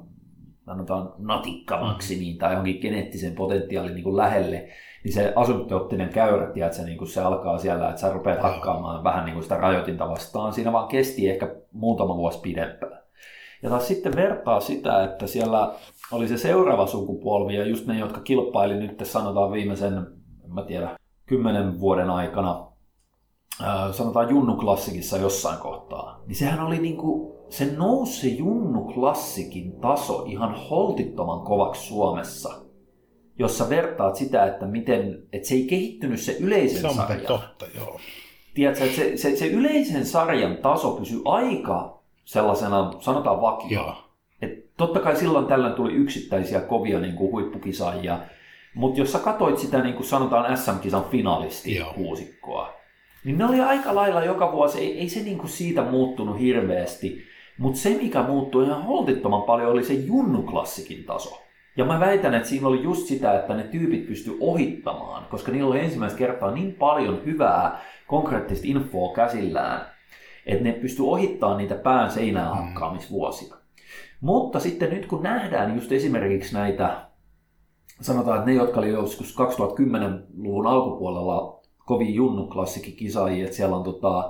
natikkamaksimiin tai johonkin geneettisen potentiaalin niin kuin lähelle, niin se asymptoottinen käyrä, että se alkaa siellä, että sä rupeat hakkaamaan vähän niin kuin sitä rajoitinta vastaan. Siinä vaan kesti ehkä muutama vuosi pidempään. Ja taas sitten vertaa sitä, että siellä oli se seuraava sukupolvi ja just ne, jotka kilpaili nyt sanotaan viimeisen, en mä tiedä, 10 vuoden aikana, sanotaan junnuklassikissa jossain kohtaa, niin sehän oli niinku, se nousi se junnuklassikin taso ihan holtittoman kovaksi Suomessa, jossa vertaat sitä, että miten, että se ei kehittynyt se yleisen sarjan. Se on totta, joo. Tiedätkö, että se yleisen sarjan taso pysyi aika sellaisena, sanotaan vakio. Et totta kai silloin tällöin tuli yksittäisiä kovia niin kuin huippukisaajia, mutta jos sä katsoit sitä niin kuin sanotaan SM-kisan finalisti-kuusikkoa, niin ne oli aika lailla joka vuosi, ei se niin kuin siitä muuttunut hirveästi, mutta se mikä muuttui ihan holtittoman paljon oli se junnuklassikin taso. Ja mä väitän, että siinä oli just sitä, että ne tyypit pystyi ohittamaan, koska niillä oli ensimmäistä kertaa niin paljon hyvää konkreettista infoa käsillään, että ne pystyi ohittamaan niitä pään seinään hakkaamisvuosia. Mutta sitten nyt kun nähdään just esimerkiksi näitä, sanotaan, että ne, jotka oli joskus 2010-luvun alkupuolella kovin junnuklassikikisaajia, että siellä on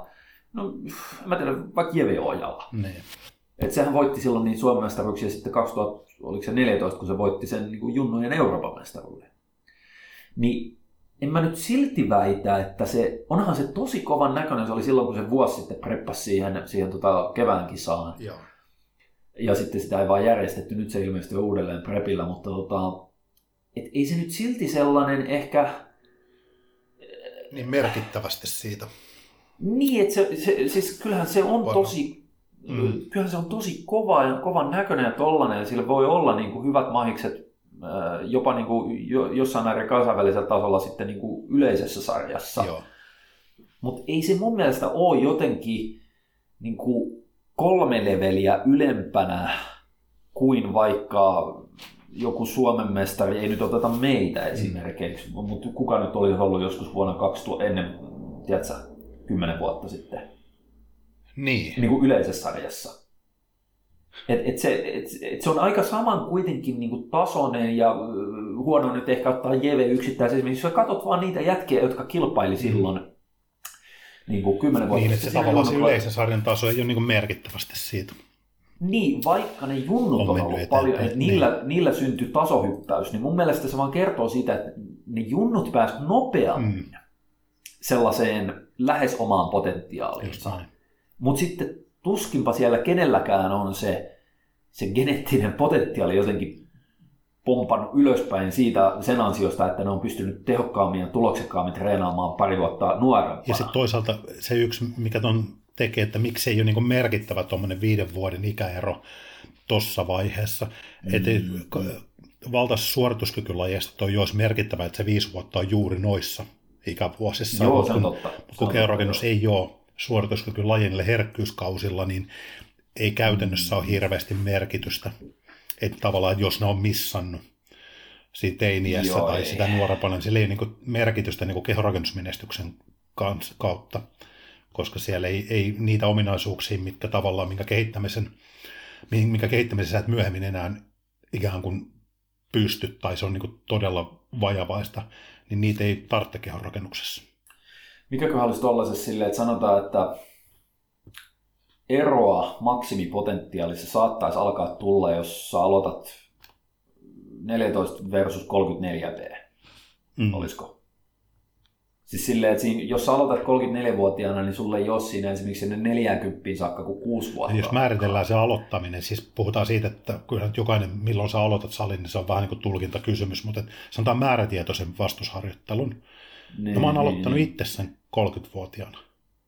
no mä tiedän, vaikka Jeve Ojala. Että sehän voitti silloin niin Suomen mestaruuksia sitten 2014, kun se voitti sen niin kuin junnujen Euroopan mestaruuden. Niin en mä nyt silti väitä, että onhan se tosi kovan näköinen, se oli silloin, kun se vuosi sitten preppasi siihen kevään kisaan. Joo. Ja sitten sitä ei vaan järjestetty, nyt se ilmeisesti on uudelleen prepillä, mutta et ei se nyt silti sellainen ehkä... Niin merkittävästi siitä. Niin, että siis kyllähän se on tosi... Kyllähän se on tosi kovan näköinen ja tollainen, ja sillä voi olla niin kuin hyvät mahikset jopa niin kuin jossain määrin kansainvälisellä tasolla sitten niin kuin yleisessä sarjassa. Mutta ei se mun mielestä ole jotenkin niin kuin 3 leveliä ylempänä kuin vaikka joku Suomen mestari, ei nyt oteta meitä esimerkiksi, mutta kuka nyt olisi ollut joskus vuonna 2000, ennen tiedätkö, 10 vuotta sitten. Niin kuin yleisessä sarjassa. Se on aika saman kuitenkin niin kuin tasoinen ja huono nyt ehkä ottaa JV yksittäisen. Jos sä katsot vaan niitä jätkiä, jotka kilpaili silloin niin kuin 10 vuotta. Niin, että se tavallaan se yleisen sarjan taso ei ole niin kuin merkittävästi siitä. Niin, vaikka ne junnut on ollut paljon, että niillä syntyi tasohyppäys, niin mun mielestä se vaan kertoo siitä, että ne junnut pääsivät nopeammin sellaiseen lähes omaan potentiaaliinsa. Mutta sitten tuskinpa siellä kenelläkään on se geneettinen potentiaali jotenkin pompannut ylöspäin siitä sen ansiosta, että ne on pystynyt tehokkaammin ja tuloksekkaammin treenaamaan pari vuotta nuorempana. Ja sitten toisaalta se yksi, mikä ton tekee, että miksi ei ole niin merkittävä tuommoinen 5 vuoden ikäero tuossa vaiheessa. Että valtaisessa suorituskykylajeista toi olisi merkittävä, että se 5 vuotta on juuri noissa ikävuosissa. Joo, se on totta. Kun kehonrakennus ei ole suorituskykylajille herkkyyskausilla, niin ei käytännössä ole hirveästi merkitystä. Että tavallaan, jos ne on missannut siinä teiniässä tai sitä nuorempana, niin sillä ei ole niin merkitystä niin kehonrakennusmenestyksen kautta, koska siellä ei niitä ominaisuuksia, mitkä tavallaan, minkä kehittämisen sä et myöhemmin enää ikään kuin pysty, tai se on niin todella vajavaista, niin niitä ei tarvitse kehonrakennuksessa. Mikäköhän olisi tollaisessa silleen, että sanotaan, että eroa maksimipotentiaalissa saattaisi alkaa tulla, jos sä aloitat 14 versus 34V. Olisiko? Siis silleen, että jos sä aloitat 34-vuotiaana, niin sulle ei ole siinä esimerkiksi sinne 40 saakka kuin 6 vuotta. Jos määritellään se aloittaminen, siis puhutaan siitä, että kyllä jokainen, milloin sä aloitat salin, niin se on vähän niin kuin tulkintakysymys, mutta sanotaan määrätietoisen vastusharjoittelun. Niin, mä oon aloittanut itse sen 30-vuotiaana.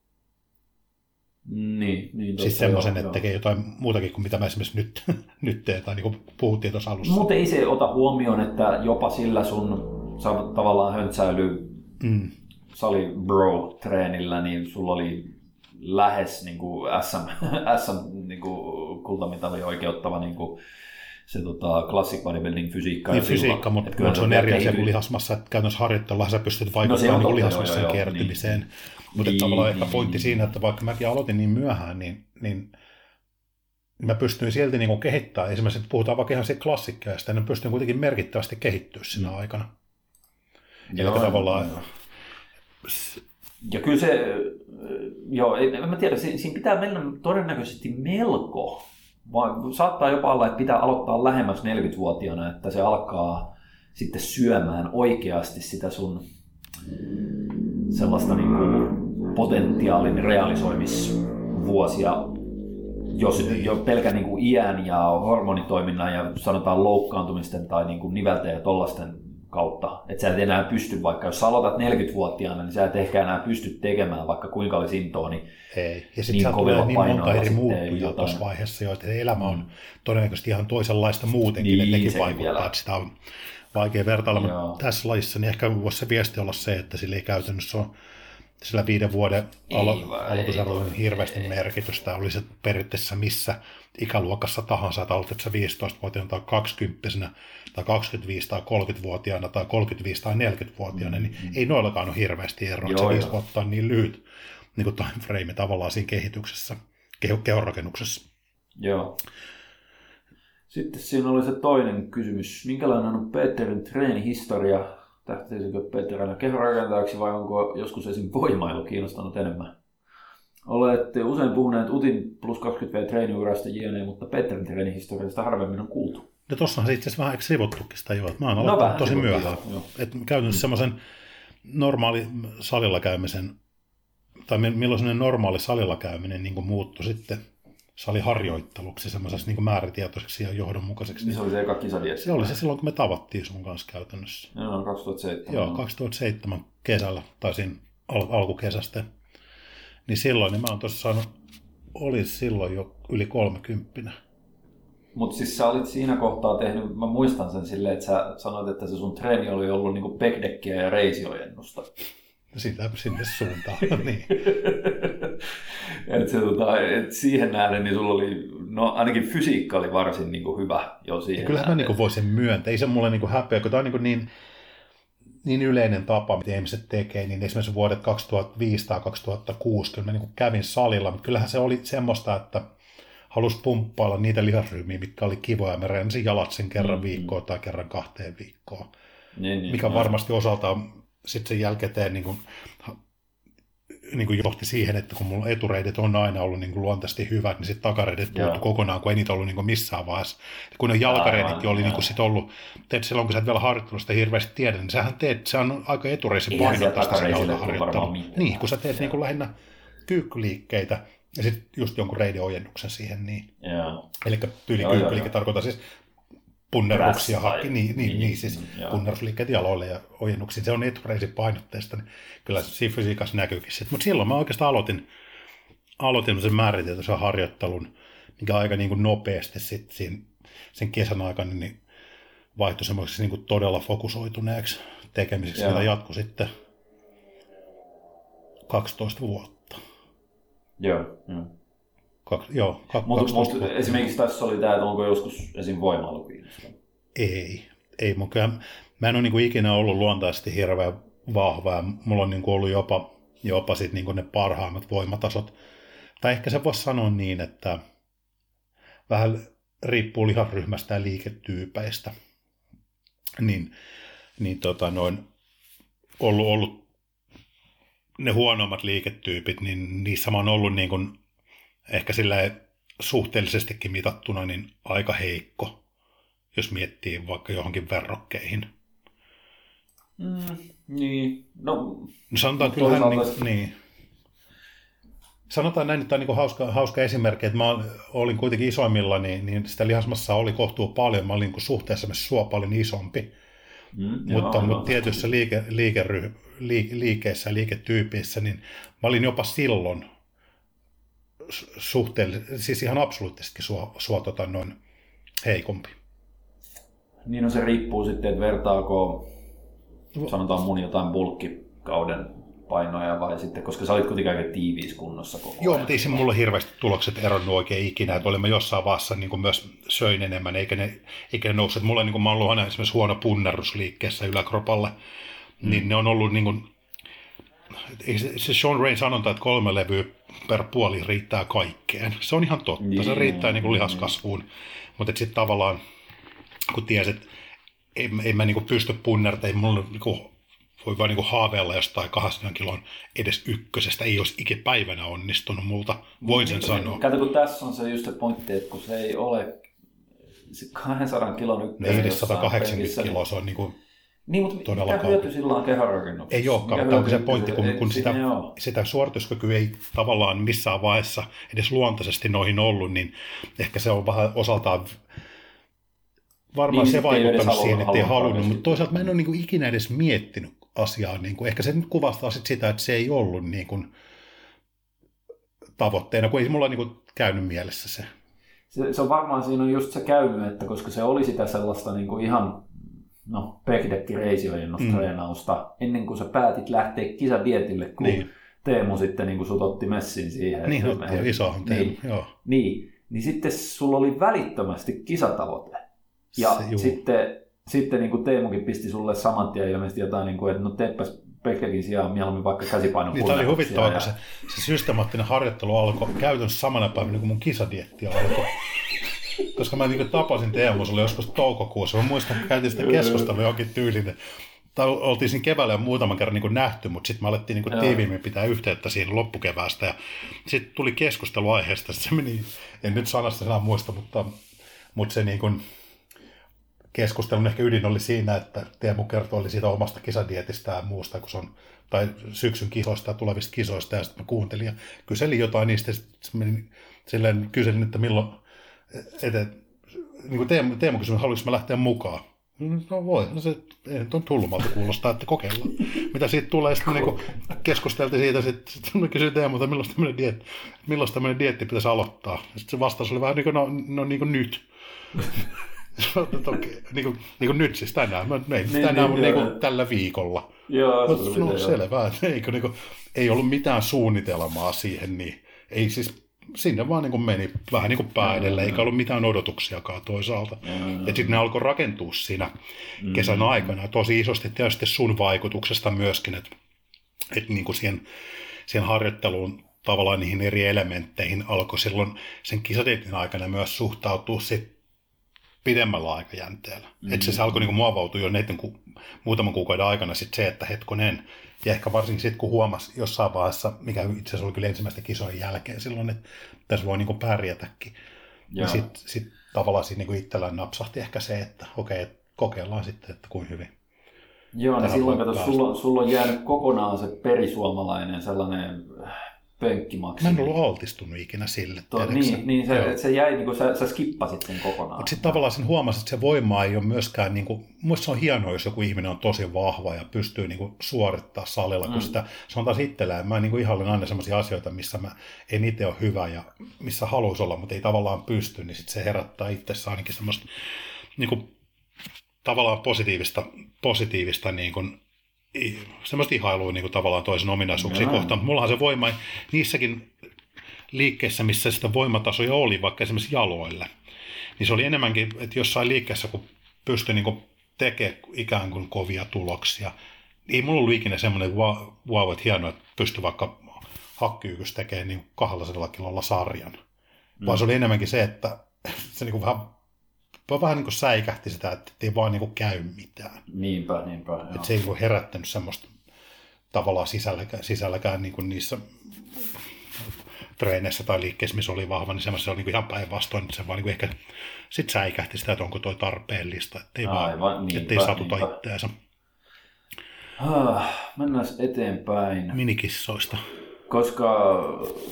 Niin, siis semmoisen, että tekee jotain muutakin kuin mitä mä esimerkiksi nyt teen, tai niin kuin puhuttiin tuossa alussa. Mutta ei se ota huomioon, että jopa sillä sun tavallaan höntsäily sali-bro-treenillä, niin sulla oli lähes niin kuin SM niin kuin kultamitali oikeuttava niin kuin se classic bodybuilding fysiikka. Niin fysiikka, mutta se on eri asia kuin lihasmassa, että käytännössä harjoittelulla sä pystyt vaikuttamaan niin lihasmassan kertymiseen. Mutta tavallaan ehkä pointti siinä, että vaikka mäkin aloitin niin myöhään, niin mä pystyin silti niin kuin kehittämään. Esimerkiksi että puhutaan vaikka ihan siitä klassikkeesta, niin pystyin kuitenkin merkittävästi kehittyä siinä aikana. Eli tavallaan... Ja kyllä se, en mä tiedä, siinä pitää mennä todennäköisesti melko. Saattaa jopa olla, että pitää aloittaa lähemmäs 40-vuotiaana, että se alkaa sitten syömään oikeasti sitä sun sellaista niin kuin potentiaalin realisoimisvuosia, jos jo pelkän niin kuin iän ja hormonitoiminnan ja sanotaan loukkaantumisten tai niin kuin nivelten ja tollaisten kautta. Että sä et enää pysty, vaikka jos sä aloitat 40-vuotiaana, niin sä et ehkä enää pysty tekemään, vaikka kuinka olisi intoa, niin ei. Ja sitten niin tulee niin monta eri muuttujaa tuossa vaiheessa jo, että elämä on todennäköisesti ihan toisenlaista muutenkin, niin, että nekin vaikuttaa, että sitä on vaikea vertailla. Mutta tässä lajissa niin ehkä voisi se viesti olla se, että sillä ei käytännössä ole sillä 5 vuoden aloitusarvoilla hirveästi merkitystä. Oli se periaatteessa missä ikäluokassa tahansa, että aloitat sä 15-vuotiaana tai 20-vuotiaana tai 25 tai 30-vuotiaana tai 35 tai 40-vuotiaana, niin ei noillakaan ole hirveästi eroa. Se 5 vuotta on niin lyhyt niin kuin time frame tavallaan siinä kehityksessä, kehonrakennuksessa. Joo. Sitten siinä oli se toinen kysymys. Minkälainen on Peterin treenihistoria? Tähteisikö Peter aina kehonrakentajaksi vai onko joskus esim. Voimailu kiinnostanut enemmän? Olette usein puhuneet UTin plus 20V treeniurasta jne, mutta Peterin treenihistoriasta harvemmin on kuultu. No tossahan se itse asiassa vähän sivuttukin sitä jo, että mä oon aloittanut tosi myöhään. Että käytännössä semmoisen normaali salilla käymisen, tai milloin semmoinen normaali salilla käyminen niin kuin muuttui sitten saliharjoitteluksi, semmoiseksi niin kuin määrätietoiseksi ja johdonmukaiseksi. Niin se oli se eka kisadiesi. Se oli se silloin, kun me tavattiin sun kanssa käytännössä. Joo, 2007. Joo, 2007 kesällä, tai siinä alkukesästä. Niin silloin, niin mä oon tuossa saanut, olin silloin jo yli 30. Mutta siis sä olit siinä kohtaa tehnyt, mä muistan sen silleen, että sä sanoit, että se sun treeni oli ollut niinku backdeckia ja reisiojennusta. Sitä sinne suuntaan, niin. Et siihen nähden niin sulla oli, no ainakin fysiikka oli varsin niinku hyvä jo siihen. Kyllähän mä niinku voisin myöntää, ei se mulle niinku häpeä, kun tää on niin niin yleinen tapa, mitä ihmiset tekee, niin esimerkiksi vuodet 2005 tai 2006, kyllä mä niin kävin salilla, mutta kyllähän se oli semmoista, että halusi pumppailla niitä lihasryhmiä, mitkä oli kivoja. Mä rensin jalat sen kerran viikkoon tai kerran 2 viikkoon, mikä varmasti osaltaan sitten sen jälkeen niin kuin johti siihen, että kun mulla etureidet on aina ollut niin kuin luontaisesti hyvät, niin sitten takareidet puuttu kokonaan, kun ei niitä ollut niin kuin missään vaiheessa. Kun ne jalkareiditkin oli niin kuin sit ollut, teet silloin kun sä et vielä harjoittanut sitä hirveästi tiedä, niin sähän teet, se on aika etureisin painottaa sitä jalkaharjoittelua. Niin, kun sä teet niin kuin lähinnä kyykkyliikkeitä ja sitten just jonkun reideojennuksen siihen. Niin. Eli tyylikyykkyliike tarkoittaa siis punnerruksia hakki, siis punnerrusliikkeet jaloille ja ojennuksiin. Se on etureisin painotteista, niin kyllä siinä fysiikassa näkyykin sitten. Mutta silloin mä oikeastaan aloitin sen määriteltyisen harjoittelun, mikä aika niin kuin nopeasti sitten sen kesän aikana niin vaihtui semmoiseksi niin kuin todella fokusoituneeksi tekemiseksi, mitä jatkui sitten 12 vuotta. Mutta esimerkiksi tässä oli tämä, että onko joskus esim. Voimailu kiinnostunut? Ei mä en ole niinku ikinä ollut luontaisesti hirveän vahva, ja mulla on niinku ollut jopa sit niinku ne parhaimmat voimatasot. Tai ehkä se voisi sanoa niin, että vähän riippuu lihasryhmästä ja liiketyypeistä. Ollut ne huonommat liiketyypit, niin niissä mä oon ollut niin kuin ehkä silleen suhteellisestikin mitattuna niin aika heikko, jos miettii vaikka johonkin verrokkeihin. Niin, no sanotaan kyllähän niin. Sanotaan näin, että tämä on niin hauska esimerkki, että mä olin kuitenkin isoimmilla, niin sitä lihasmassaa oli kohtuu paljon, mä olin niin suhteessa myös sua paljon isompi. Mutta tietyissä liikeissä ja liiketyypeissä, niin mä olin jopa silloin siis ihan absoluuttisesti sua noin heikompi. Niin no se riippuu sitten, että vertaako, sanotaan mun jotain bulkkikauden painoja vai sitten, koska sä olit kuitenkin aika tiiviissä kunnossa koko ajan. Joo, mutta ei se mulle hirveästi tulokset eronnut oikein ikinä, että olimme jossain vaiheessa niin myös söin enemmän, eikä ne nousseet. Mulla niin mä oon ollut aina esimerkiksi huono punnerrusliikkeessä yläkropalle, niin ne on ollut niin kuin, se Sean Rain sanonta, että 3 levyä per puoli riittää kaikkeen. Se on ihan totta, se riittää niin kuin lihaskasvuun, mutta sitten tavallaan, kun tiesit, että en mä niin kuin pysty punnerta, ei mulla niin kuin voi vaan niin haaveilla jostain 200 kilon edes ykkösestä, ei olisi ikipäivänä onnistunut multa, voin sen sanoa. Kato, kun tässä on se just se pointti, että kun se ei ole se 200 kilon ykköstä. Ei 180 kiloa, se on niin kuin niin, mutta mitä hyöty sillä on kehonrakennuksessa? Ei olekaan, mutta onko se pointti, kun sitä suorituskykyä ei tavallaan missään vaiheessa edes luontaisesti noihin ollut, niin ehkä se on vähän osaltaan varmaan niin, se vaikuttanut siihen, ettei halunnut, mutta toisaalta mä en ole niin kuin ikinä edes miettinyt asiaa. Niin kuin, ehkä se nyt kuvastaa sitä, että se ei ollut niin kuin tavoitteena, kun ei mulla niin kuin käynyt mielessä se. Se on varmaan siinä on just se käynyt, että koska se oli sitä sellaista niin kuin ihan pekdekki-reisiojennustreenausta ennen kuin sä päätit lähteä kisadietille, kun Teemu sitten niin kuin sut otti messin siihen. Niin otti jo isohan Teemu, joo. Niin sitten sulla oli välittömästi kisatavoite. Ja sitten niin kuin Teemukin pisti sulle saman tien ilmeisesti jotain, niin kuin, että no teepäs Pekkakin sijaan mieluummin vaikka käsipainon niin, tämä oli huvittavaa, kun se systemaattinen harjoittelu alkoi käytännössä samana päivänä, kun mun kisadietti alkoi. Koska mä niin tapasin Teemu, se oli joskus toukokuussa. Mä muistan, että käytiin sitä keskustelua johonkin tyyliin. Oltiin siinä keväällä jo muutaman kerran niin nähty, mutta sitten me alettiin niin tiiviimmin pitää yhteyttä siinä loppukeväästä. Ja sitten tuli keskustelu aiheesta. Se meni, en nyt sanasta sanaa muista, mutta se niin kuin keskustelun ehkä ydin oli siinä, että Teemu kertoi siitä omasta kisadietistä ja muusta, kun se on, tai syksyn kisoista ja tulevista kisoista. Ja sitten mä kuuntelin ja kyselin jotain niistä. Sitten kyselin, että milloin niin kuin Teemu kysyi, haluaisinko mä lähteä mukaan. No voi, no se ei nyt on tullumalta kuulostaa, että kokeillaan. Mitä siitä tulee, sitten niin keskusteltiin siitä, sitten mä kysyin Teemulta, milloin tämmöinen dieetti pitäisi aloittaa. Sitten se vastaus oli vähän niin kuin, no niin kuin nyt. niin kuin nyt siis tänään, niin kuin tällä viikolla. Joo, no selvä, eikö, niin kuin, ei ollut mitään suunnitelmaa siihen, niin ei siis sinne vaan niin kuin meni vähän niin kuin pää edellä, eikä ollut mitään odotuksiakaan toisaalta. Ja sitten ne alkoi rakentua siinä kesän aikana. Tosi isosti tietysti sun vaikutuksesta myöskin, että niin kuin siihen harjoitteluun tavallaan niihin eri elementteihin alkoi silloin sen kisadeetin aikana myös suhtautua sit pidemmällä aikajänteellä. Että se alkoi niin kuin muovautua jo muutaman kuukauden aikana sit se, että hetkonen, ja ehkä varsinkin sitten kun huomasi jossain vaiheessa, mikä itse asiassa oli kyllä ensimmäisten kisojen jälkeen silloin, että tässä voi niin kuin pärjätäkin. Ja sitten tavallaan siinä niin itsellään napsahti ehkä se, että okei, kokeillaan sitten, että kuinka hyvin. Joo, niin silloin kato, sulla on jäänyt kokonaan se perisuomalainen sellainen pönkkimaksimi. Mä en ollut altistunut ikinä sille. Niin se jäi, niin kuin sä skippasit sen kokonaan. Mutta sitten tavallaan sen huomasit, että se voima ei ole myöskään, niin kuin, muista se on hienoa, jos joku ihminen on tosi vahva ja pystyy niin kuin, suorittaa salilla, kun sitä, se on taas itsellään. Mä niin kuin ihailen aina sellaisia asioita, missä mä en itse ole hyvä ja missä haluaisi olla, mutta ei tavallaan pysty, niin sit se herättää itsessä ainakin semmoista niin kuin, tavallaan positiivista niin kuin, semmoista ihailua niin kuin tavallaan toisen ominaisuuksia kohtaan. Mullahan se voima niissäkin liikkeissä, missä sitä voimatasoja oli, vaikka esimerkiksi jaloille, niin se oli enemmänkin, että jossain liikkeessä, kun pystyi niin tekemään ikään kuin kovia tuloksia, ei mulla ollut ikinä semmoinen wow, että hienoa, että pystyi vaikka hakkyykyssä tekemään niin 200 kilolla sarjan. Vaan se oli enemmänkin se, että se niin kuin vähän niin kuin säikähti sitä, että ei vaan niin kuin käy mitään. Niinpä. Että se ei ole herättänyt semmoista tavallaan sisälläkään niin kuin niissä treeneissä tai liikkeissä, missä oli vahva, niin semmoista se oli niin kuin ihan päinvastoin, että se vaan niin kuin ehkä sit säikähti sitä, että onko toi tarpeellista, ettei ettei satuta itteensä. Mennään eteenpäin. Minikissoista. Koska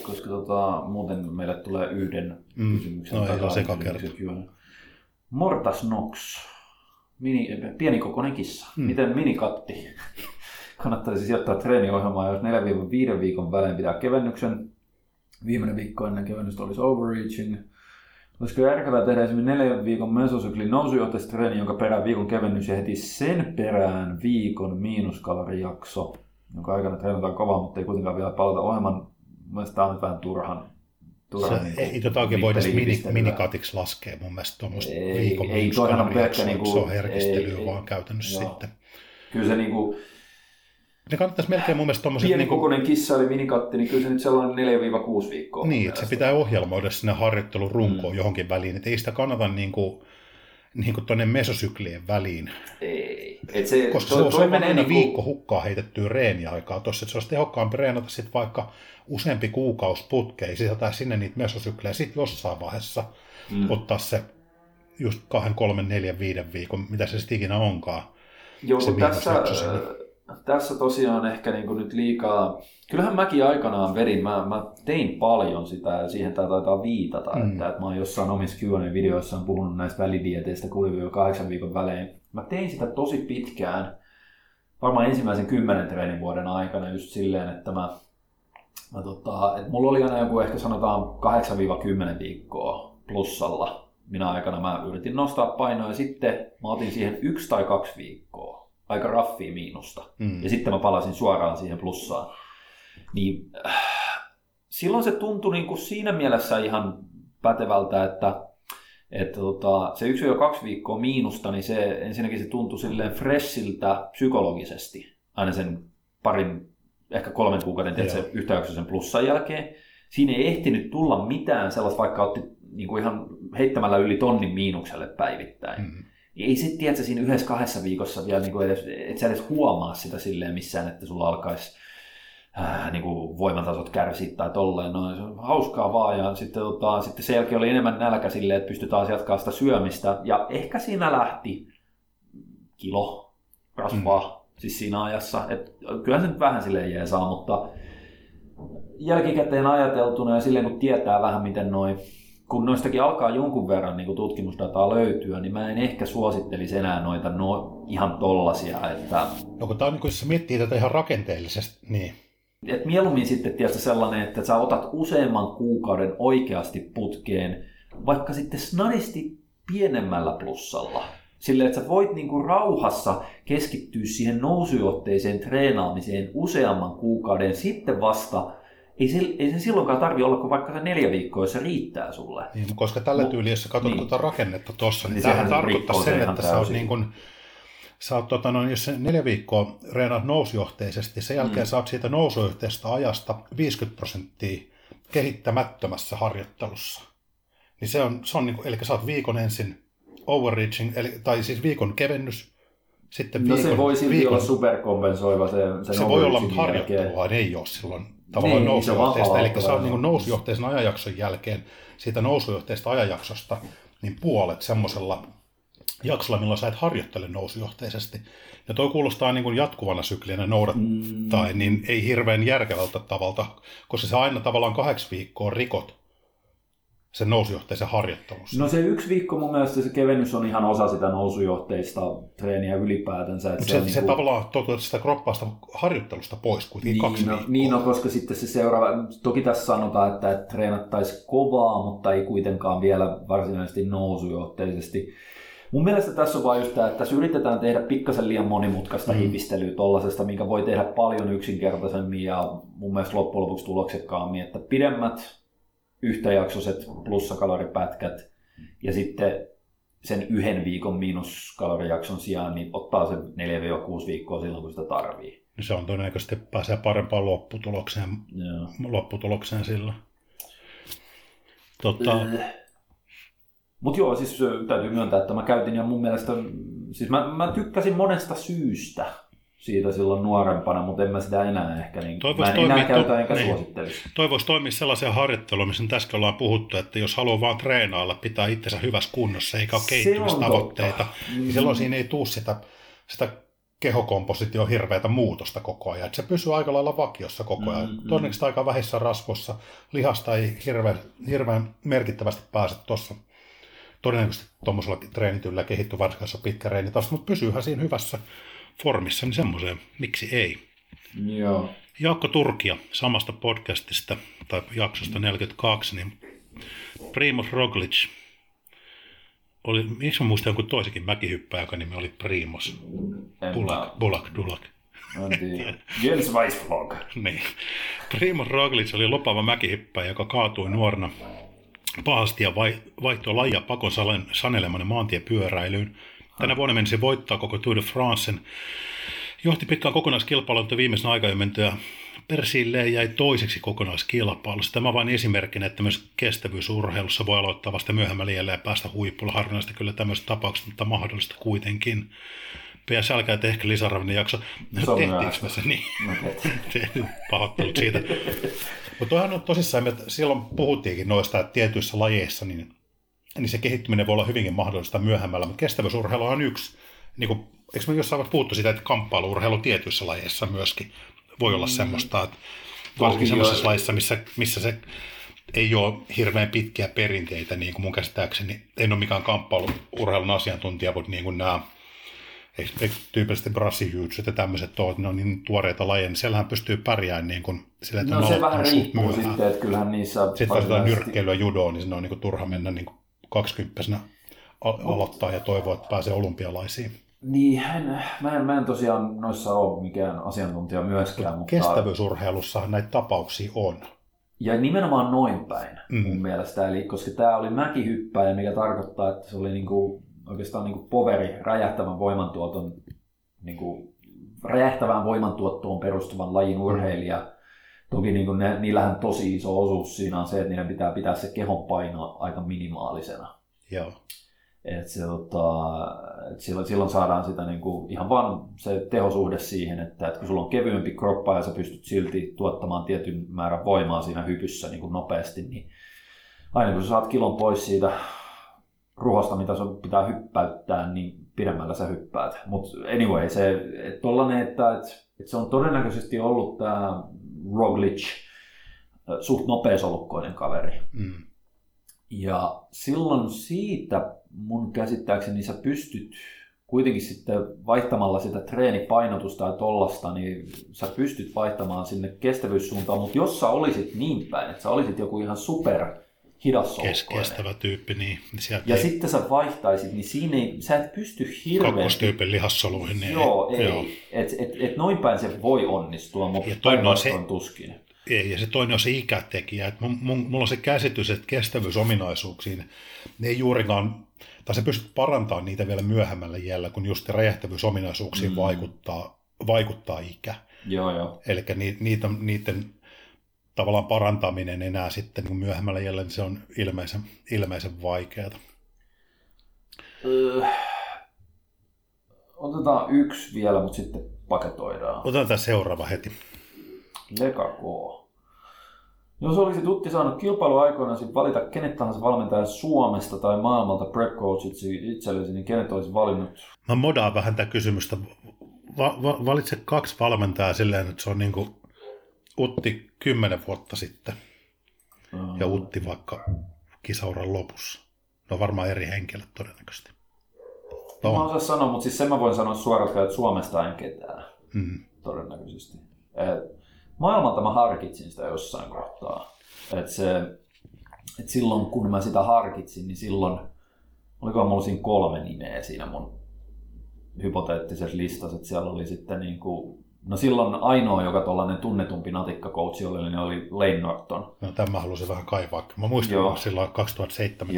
muuten meille tulee yhden kysymyksen. No ei ole sekakerta. Mortas Nox. Pienikokoinen kissa. Miten minikatti? Kannattaisi sijoittaa treeniohjelmaa, jos 4-5 viikon välein pitää kevennyksen. Viimeinen viikko ennen kevennystä olisi overreaching. Olisiko järkevää tehdä esimerkiksi 4 viikon mesosyklin nousujohteistreeni, jonka perään viikon kevennys ja heti sen perään viikon miinuskalorijakso, jonka aikana treenataan kovaa, mutta ei kuitenkaan vielä palata ohjelman. Mielestäni tämä on nyt vähän turhan ei tota oikein voida minikatiksi laskea mun mielestä tuommoista viikon miinuskalorijaksoa. Se on herkistelyä vaan käytännössä sitten. Kyllä se niinku... Ne kannattaisi melkein mun mielestä tommoset... Pienikokoinen kissa eli minikatti, niin kyllä se nyt sellainen 4-6 viikkoa. Niin, että se pitää ohjelmoida sinne harjoittelun runkoon johonkin väliin, että ei sitä kannata niinku tuonne mesosyklien väliin. Ei. Koska se on aina viikko hukkaa heitettyä reeniaikaa tuossa, että se olisi tehokkaampi reenata sitten vaikka useampi kuukausi putkeen, sisältää sinne niitä mesosyklejä, sitten jossain vaiheessa ottaa se just 2, 3, 4, 5 viikon, mitä se sitten ikinä onkaan. Joo, tässä tosiaan ehkä niin kuin nyt liikaa, kyllähän mäkin aikanaan vedin, mä tein paljon sitä ja siihen tämä taitaa viitata, että mä oon jossain omissa Q&A-videoissaan puhunut näistä välidieteistä 6-8 viikon välein. Mä tein sitä tosi pitkään, varmaan ensimmäisen 10 treenivuoden aikana just silleen, että että mulla oli aina joku ehkä sanotaan 8-10 viikkoa plussalla. Minä aikana mä yritin nostaa painoa ja sitten mä otin siihen 1 tai 2 viikkoa. Aika raffia miinusta. Ja sitten mä palasin suoraan siihen plussaan. Niin, silloin se tuntui niin kuin siinä mielessä ihan pätevältä, että se 1-2 viikkoa miinusta, niin ensinnäkin se tuntui silleen freshiltä psykologisesti. Aina sen ehkä 3 kuukauden yhtäjaksoisen plussan jälkeen. Siinä ei ehtinyt tulla mitään sellaista, vaikka otti niin kuin ihan heittämällä yli tonnin miinukselle päivittäin. Ei sitten tiedä, että siinä 1-2 viikossa vielä niin kuin et sä edes huomaa sitä silleen missään, että sulla alkaisi niin kuin voimatasot kärsiä tai tolleen. No, se on hauskaa vaan ja sitten sen jälkeen oli enemmän nälkä silleen, että pystyi taas jatkaa sitä syömistä. Ja ehkä siinä lähti kilo rasvaa siis siinä ajassa. Et kyllähän se nyt vähän silleen jeesaa, mutta jälkikäteen ajateltuna ja silleen kun tietää vähän miten kun noistakin alkaa jonkun verran niin tutkimusdataa löytyä, niin mä en ehkä suosittelisi enää noita ihan tollasia. Että... No kun tää on, niin kun jos miettii tätä ihan rakenteellisesti, niin... Et mieluummin sitten tietysti sellainen, että sä otat useamman kuukauden oikeasti putkeen, vaikka sitten snadisti pienemmällä plussalla. Silleen, että sä voit niinku rauhassa keskittyä siihen nousujohteiseen treenaamiseen useamman kuukauden, sitten vasta ei se silloinkaan tarvitse olla kuin vaikka se 4 viikkoa, jos se riittää sulle. Niin, koska tällä tyyliin, jos sä katsot tuota rakennetta tuossa, niin tämähän sehän tarkoittaa sen, että sä oot niin kuin, jos se 4 viikkoa reenaat nousujohteisesti, sen jälkeen saat siitä nousujohteisesta ajasta 50% kehittämättömässä harjoittelussa. Niin se on niin kuin, eli sä oot viikon ensin overreaching, tai siis viikon kevennys, sitten viikon... No se voi silti olla superkompensoiva se voi olla, mutta harjoittelua ei ole silloin tavallaan nousujohteista, eli sä oot niin kuin nousujohteisen ajanjakson jälkeen, siitä nousujohteista ajanjaksosta, niin puolet semmoisella jaksolla, milloin sä et harjoittele nousujohteisesti. Ja toi kuulostaa niin kuin jatkuvana syklinä noudattaen, niin ei hirveän järkevältä tavalta, koska sä aina tavallaan 8 viikkoa rikot sen nousujohteisen harjoittelussa. No se 1 viikko mun mielestä se kevennys on ihan osa sitä nousujohteista treeniä ylipäätänsä. Että se niin kuin... tavallaan tuot sitä kroppaasta harjoittelusta pois kuitenkin 2 viikkoa. Niin, koska sitten se seuraava, toki tässä sanotaan, että treenattaisiin kovaa, mutta ei kuitenkaan vielä varsinaisesti nousujohteisesti. Mun mielestä tässä on vain just tämä, että tässä yritetään tehdä pikkasen liian monimutkaista hivistelyä tollasesta, minkä voi tehdä paljon yksinkertaisemmin ja mun mielestä loppujen lopuksi tuloksekkaammin, että pidemmät yhtäjaksoiset plussakaloripätkät ja sitten sen 1 viikon miinuskalorijakson sijaan niin ottaa sen 4-6 viikkoa silloin, kun sitä tarvii. Se on todennäköisesti pääsee parempaan lopputulokseen sillä. Mutta joo, siis täytyy myöntää, että mä käytin ja mun mielestä, siis mä tykkäsin monesta syystä siitä silloin nuorempana, mutta en mä sitä enää ehkä, niin mä en enää käytä enkä suosittelisi. Toi voisi toimia sellaisia harjoittelua, missä tässä ollaan puhuttu, että jos haluaa vaan treenailla, pitää itsensä hyvässä kunnossa, eikä ole kehittymistavoitteita, niin silloin siinä ei tule sitä kehokomposition hirveätä muutosta koko ajan. Että se pysyy aika lailla vakiossa koko ajan. Todennäköisesti aika vähissä rasvoissa, lihasta ei hirveän merkittävästi pääse tuossa. Todennäköisesti tuommoisella treenityllä kehittyy varsinkin pitkä reenitausta, mutta pysyyhän siinä hyvässä formissa, niin semmoiseen, miksi ei. Joo. Jaakko Turkia samasta podcastista tai jaksosta 42, niin Primož Roglič oli, miksi mä muistan jonkun toisenkin mäkihyppääjä, joka nimi oli Primož Bulak. Jens Weissflog. Niin. Primož Roglič oli lopaava mäkihyppääjä, joka kaatui nuorena pahasti ja vaihtoi lajia pakon sanelemana maantiepyöräilyyn. Tänä vuonna mennessä voittaa koko Tour de Francen. Johti pitkään kokonaiskilpailuun, mutta viimeisen aikajommentoja persilleen jäi toiseksi kokonaiskilpailussa. Tämä vain esimerkkinä, että myös kestävyysurheilussa voi aloittaa vasta myöhemmällä iällä ja päästä huipulla. Harvinaista kyllä tämmöistä tapauksista, mutta mahdollista kuitenkin. PS älkää että ehkä lisäravinen jakso. Tehtiinkö me se niin? Pahoittelut siitä. Mutta toihan on tosissaan, että silloin puhuttiinkin noista, että tietyissä lajeissa niin se kehittyminen voi olla hyvinkin mahdollista myöhemmällä, mutta kestävyysurheilu on yksi. Niin kuin, eikö me jossain vaiheessa puhuttu siitä, että kamppailuurheilu tietyissä lajeissa myöskin voi olla semmoista, että varsinkin semmoisessa lajissa, missä se ei ole hirveän pitkiä perinteitä, niin kuin mun käsittääkseni, en ole mikään kamppailuurheilun asiantuntija, mutta niin kuin nämä tyypillisesti brassijyytsyt ja tämmöiset ne on niin tuoreita lajeja, niin siellähän pystyy pärjäämään niin kuin sillä, että se vähän riippuu sitten, että kyllähän niissä... Sitten taas jotain nyrkkeilyä ja judoa, niin se on niin kuin turha mennä niin kuin 20-vuotiaana aloittaa ja toivoa, että pääsee olympialaisiin. Niin, mä en tosiaan noissa ole mikään asiantuntija myöskään, mutta... Kestävyysurheilussa näitä tapauksia on. Ja nimenomaan noin päin mun mielestä, eli koska tämä oli mäkihyppäjä, mikä tarkoittaa, että se oli niinku, oikeastaan niinku poveri, räjähtävään voimantuottoon perustuvan lajin urheilija. Toki niinku niillähän tosi iso osuus siinä on se, että niiden pitää pitää se kehon paino aika minimaalisena. Joo. Et silloin saadaan sitä niinku ihan vaan se tehosuhde siihen, että kun sulla on kevyempi kroppa ja sä pystyt silti tuottamaan tietyn määrän voimaa siinä hypyssä niinku nopeasti, niin aina kun sä saat kilon pois siitä ruhosta, mitä sun pitää hyppäyttää, niin pidemmällä sä hyppäät. Mutta anyway, että se on todennäköisesti ollut tämä Roglič suht nopeasolukkoinen kaveri. Ja silloin siitä mun käsittääkseni sä pystyt kuitenkin sitten vaihtamalla sitä treenipainotusta ja tollasta, niin sä pystyt vaihtamaan sinne kestävyyssuuntaan, mutta jos sä olisit niin päin, että sä olisit joku ihan super hidassolukkoinen. Kestävä tyyppi, niin. Ja sitten sä vaihtaisit, niin siinä sä et pysty hirveästi... Kakkostyypin lihassoluihin. Niin joo, ei. Et noin päin se voi onnistua, mutta päinvastoin tuskin. Ei, ja se toinen on se ikätekijä. Että mulla on se käsitys, että kestävyysominaisuuksiin ne ei juurikaan, tai se pystyt parantamaan niitä vielä myöhemmällä iällä, kun just räjähtävyysominaisuuksiin vaikuttaa ikä. Joo. Eli niiden tavallaan parantaminen enää sitten niin myöhemmällä iällä, niin se on ilmeisen vaikeaa. Otetaan yksi vielä, mutta sitten paketoidaan. Otetaan tämä seuraava heti. Lekako. Jos olisi Tutti saanut kilpailuaikoinaan valita kenet tahansa valmentaja Suomesta tai maailmalta prep coachitsi itsellesi, niin kenet olisi valinnut? Mä modaan vähän tätä kysymystä. Valitse 2 valmentajaa silleen, että se on niin kuin Utti 10 vuotta sitten ja Utti vaikka kisauran lopussa. Ne on varmaan eri henkilöt todennäköisesti. Mä osaan sanoa, mutta siis sen mä voin sanoa suoraan, että Suomesta en ketään todennäköisesti. Maailmalta mä harkitsin sitä jossain kohtaa. Et silloin kun mä sitä harkitsin, niin silloin, olikohan mulla siinä 3 nimeä siinä mun hypoteettisessa listassa, että siellä oli sitten niinku, no silloin ainoa, joka tuollainen tunnetumpi natikkakoutsi oli, niin oli Lane Norton. No tämän mä halusin vähän kaivaa. Mä muistan, että silloin 2007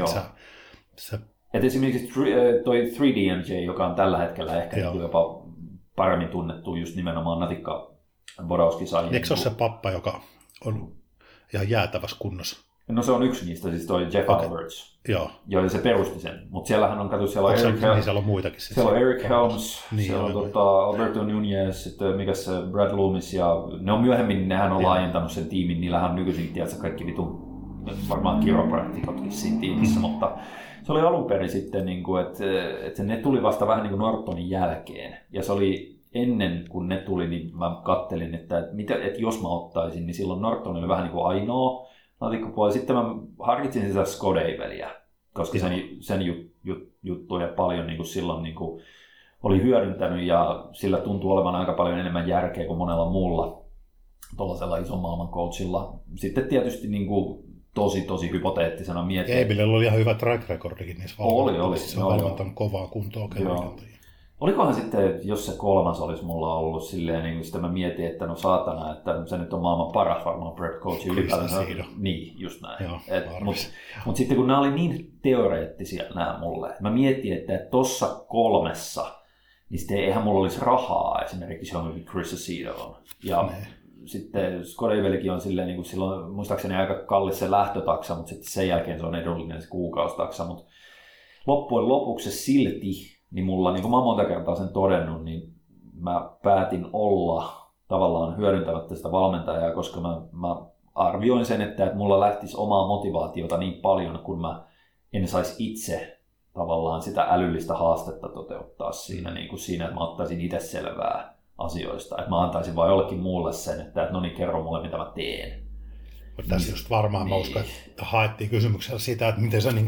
sä et esimerkiksi toi 3DMJ, joka on tällä hetkellä ehkä jopa paremmin tunnettu just nimenomaan natikka-bodauskisajien. Eikö se ole se pappa, joka on ihan jäätävässä kunnossa? No se on yksi niistä, siis toi Jeff Alberts. Joo. Joo, se perusti sen. Mutta siellähän on, siellä on Eric Helms. Siellä on muitakin. Siellä on Eric Helms, niin, siellä on Alberto Nunez, sitten mikä se Brad Loomis, ja ne on myöhemmin, nehän on laajentanut sen tiimin, niillähän on nykyisin, tiedätkö, kaikki vitun varmaan kiropraktikotkin siinä tiimissä, mutta se oli alun perin sitten, niin että ne tuli vasta vähän niin kuin Nortonin jälkeen, ja se oli ennen kuin ne tuli, niin mä kattelin, että jos mä ottaisin, niin silloin Norton oli vähän niin kuin ainoa natikkapuoli. Sitten mä harkitsin sitä Scott Abeliä, koska sen juttuja paljon niin kuin silloin niin kuin oli hyödyntänyt, ja sillä tuntuu olevan aika paljon enemmän järkeä kuin monella muulla tuollaisella ison maailman coachilla. Sitten tietysti niin kuin tosi hypoteettisena mietin. Abelilla oli ihan hyvä track recordikin niissä valmentamissa. Se on valmentanut kovaa kuntoa keväikantajia. Olikohan sitten, jos se 3. olisi mulla ollut silleen, niin sitten mä mietin, että no saatana, että se nyt on maailman paras varmaan prep coach ylipäätään. Niin, just näin. Mutta sitten kun nämä oli niin teoreettisia nämä mulle, mä mietin, että tossa 3, niin sitten eihän mulla olisi rahaa esimerkiksi johonkin Chris Acedoon. Ja sitten Scott Abelikin on silleen, niin kuin silloin muistaakseni aika kallis se lähtötaksa, mutta sitten sen jälkeen se on edullinen se kuukausitaksa. Mutta loppujen lopuksi se silti, niin mulla, niin kuin mä oon monta kertaa sen todennut, niin mä päätin olla tavallaan hyödyntämättä sitä valmentajaa, koska mä arvioin sen, että mulla lähtisi omaa motivaatiota niin paljon, kun mä en saisi itse tavallaan sitä älyllistä haastetta toteuttaa siinä, niin kuin siinä, että mä ottaisin itse selvää asioista. Että mä antaisin vain jollekin muulle sen, että no niin, kerro mulle, mitä mä teen. Tässä just varmaan mä uskon, että haettiin kysymyksellä sitä, että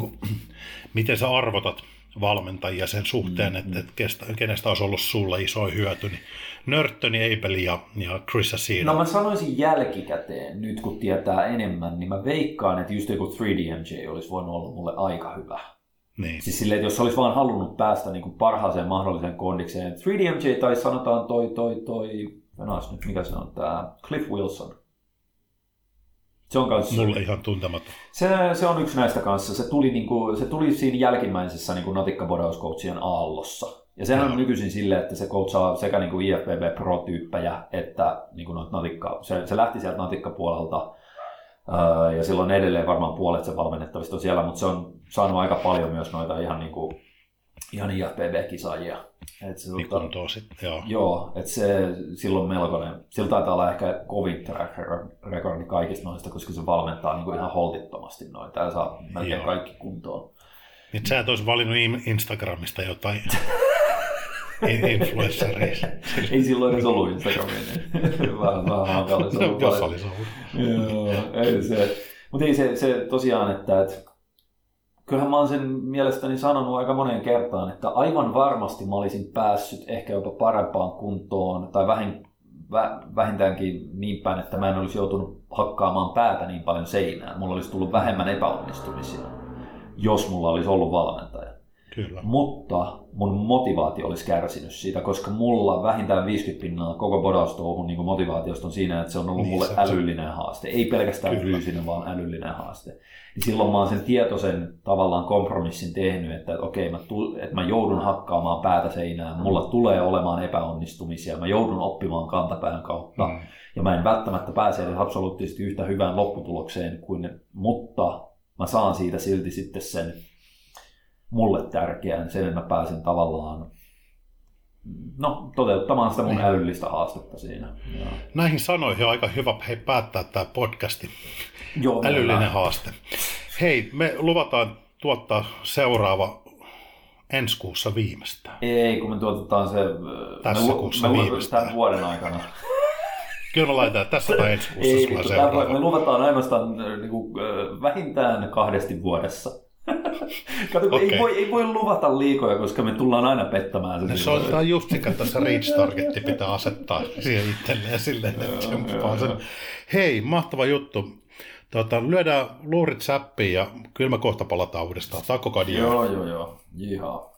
miten sä arvotat valmentajia sen suhteen, että kenestä olisi ollut sulle iso hyöty. Niin Nortoni, Abel ja Chris Acedo. No mä sanoisin jälkikäteen, nyt kun tietää enemmän, niin mä veikkaan, että just joku 3DMJ olisi voinut olla mulle aika hyvä. Niin. Siis silleen, että jos olisi vaan halunnut päästä niin kuin parhaaseen mahdolliseen kondikseen. 3DMJ tai sanotaan nyt mikä se on, tää Cliff Wilson. Se on kanssa, mulle ihan tuntematon. Se on yksi näistä kanssa. Se tuli siinä jälkimmäisessä niin natikkabodauscoachien aallossa. Ja sehän on nykyisin silleen, että se coachaa sekä niin kuin IFBB Pro-tyyppejä, että niin kuin se lähti sieltä natikkapuolelta. Ja silloin edelleen varmaan puolet se valmennettavista on siellä, mutta se on saanut aika paljon myös noita ihan IFBB-kisaajia. Niin kuntoon sitten, joo. Joo, että se silloin melkoinen, sillä taitaa olla ehkä kovin track recordi kaikista noista, koska se valmentaa niin kuin ihan holtittomasti noin. Täällä saa melkein kaikki kuntoon. Nyt sä et olisi valinnut Instagramista jotain influenceria. Ei silloin edes ollut Instagramia. Vähän hankala. No, jos olisi ollut. Joo, ei se. Mutta ei se tosiaan, että kyllähän mä oon sen mielestäni sanonut aika moneen kertaan, että aivan varmasti mä olisin päässyt ehkä jopa parempaan kuntoon tai vähintäänkin niin päin, että mä en olisi joutunut hakkaamaan päätä niin paljon seinään. Mulla olisi tullut vähemmän epäonnistumisia, jos mulla olisi ollut valmentaja. Kyllä. Mutta mun motivaatio olisi kärsinyt siitä, koska mulla vähintään 50% koko bodaustouhun niin motivaatiosta on siinä, että se on ollut mulle älyllinen haaste. Ei pelkästään fyysinen, vaan älyllinen haaste. Niin silloin mä oon sen tietoisen tavallaan kompromissin tehnyt, että okei, että mä joudun hakkaamaan päätä seinään, mulla tulee olemaan epäonnistumisia, mä joudun oppimaan kantapään kautta. Ja mä en välttämättä pääse edes absoluuttisesti yhtä hyvään lopputulokseen, mutta mä saan siitä silti sitten sen mulle tärkeän, sen että mä pääsen tavallaan toteuttamaan sitä mun älyllistä haastetta siinä. Ja. Näihin sanoihin on aika hyvä päättää tämä podcasti. Joo, älyllinen haaste. Hei, me luvataan tuottaa seuraava ensi kuussa viimeistään. Ei, kun me tuotetaan se tässä kuussa viimeistään. Tämän vuoden aikana. Kyllä me laitetaan tässä tai ensi kuussa sulla seuraava. Me luvataan ainoastaan vähintään 2 vuodessa. Kato, okay. ei voi luvata liikoja, koska me tullaan aina pettämään. Se on just sikä tässä reach-targetti pitää asettaa siihen itselleen silleen, että sen. Hei, mahtava juttu. Lyödään luurit säppiin ja kyllä me kohta palataan uudestaan. Takko Kadio. Joo. Jihaa.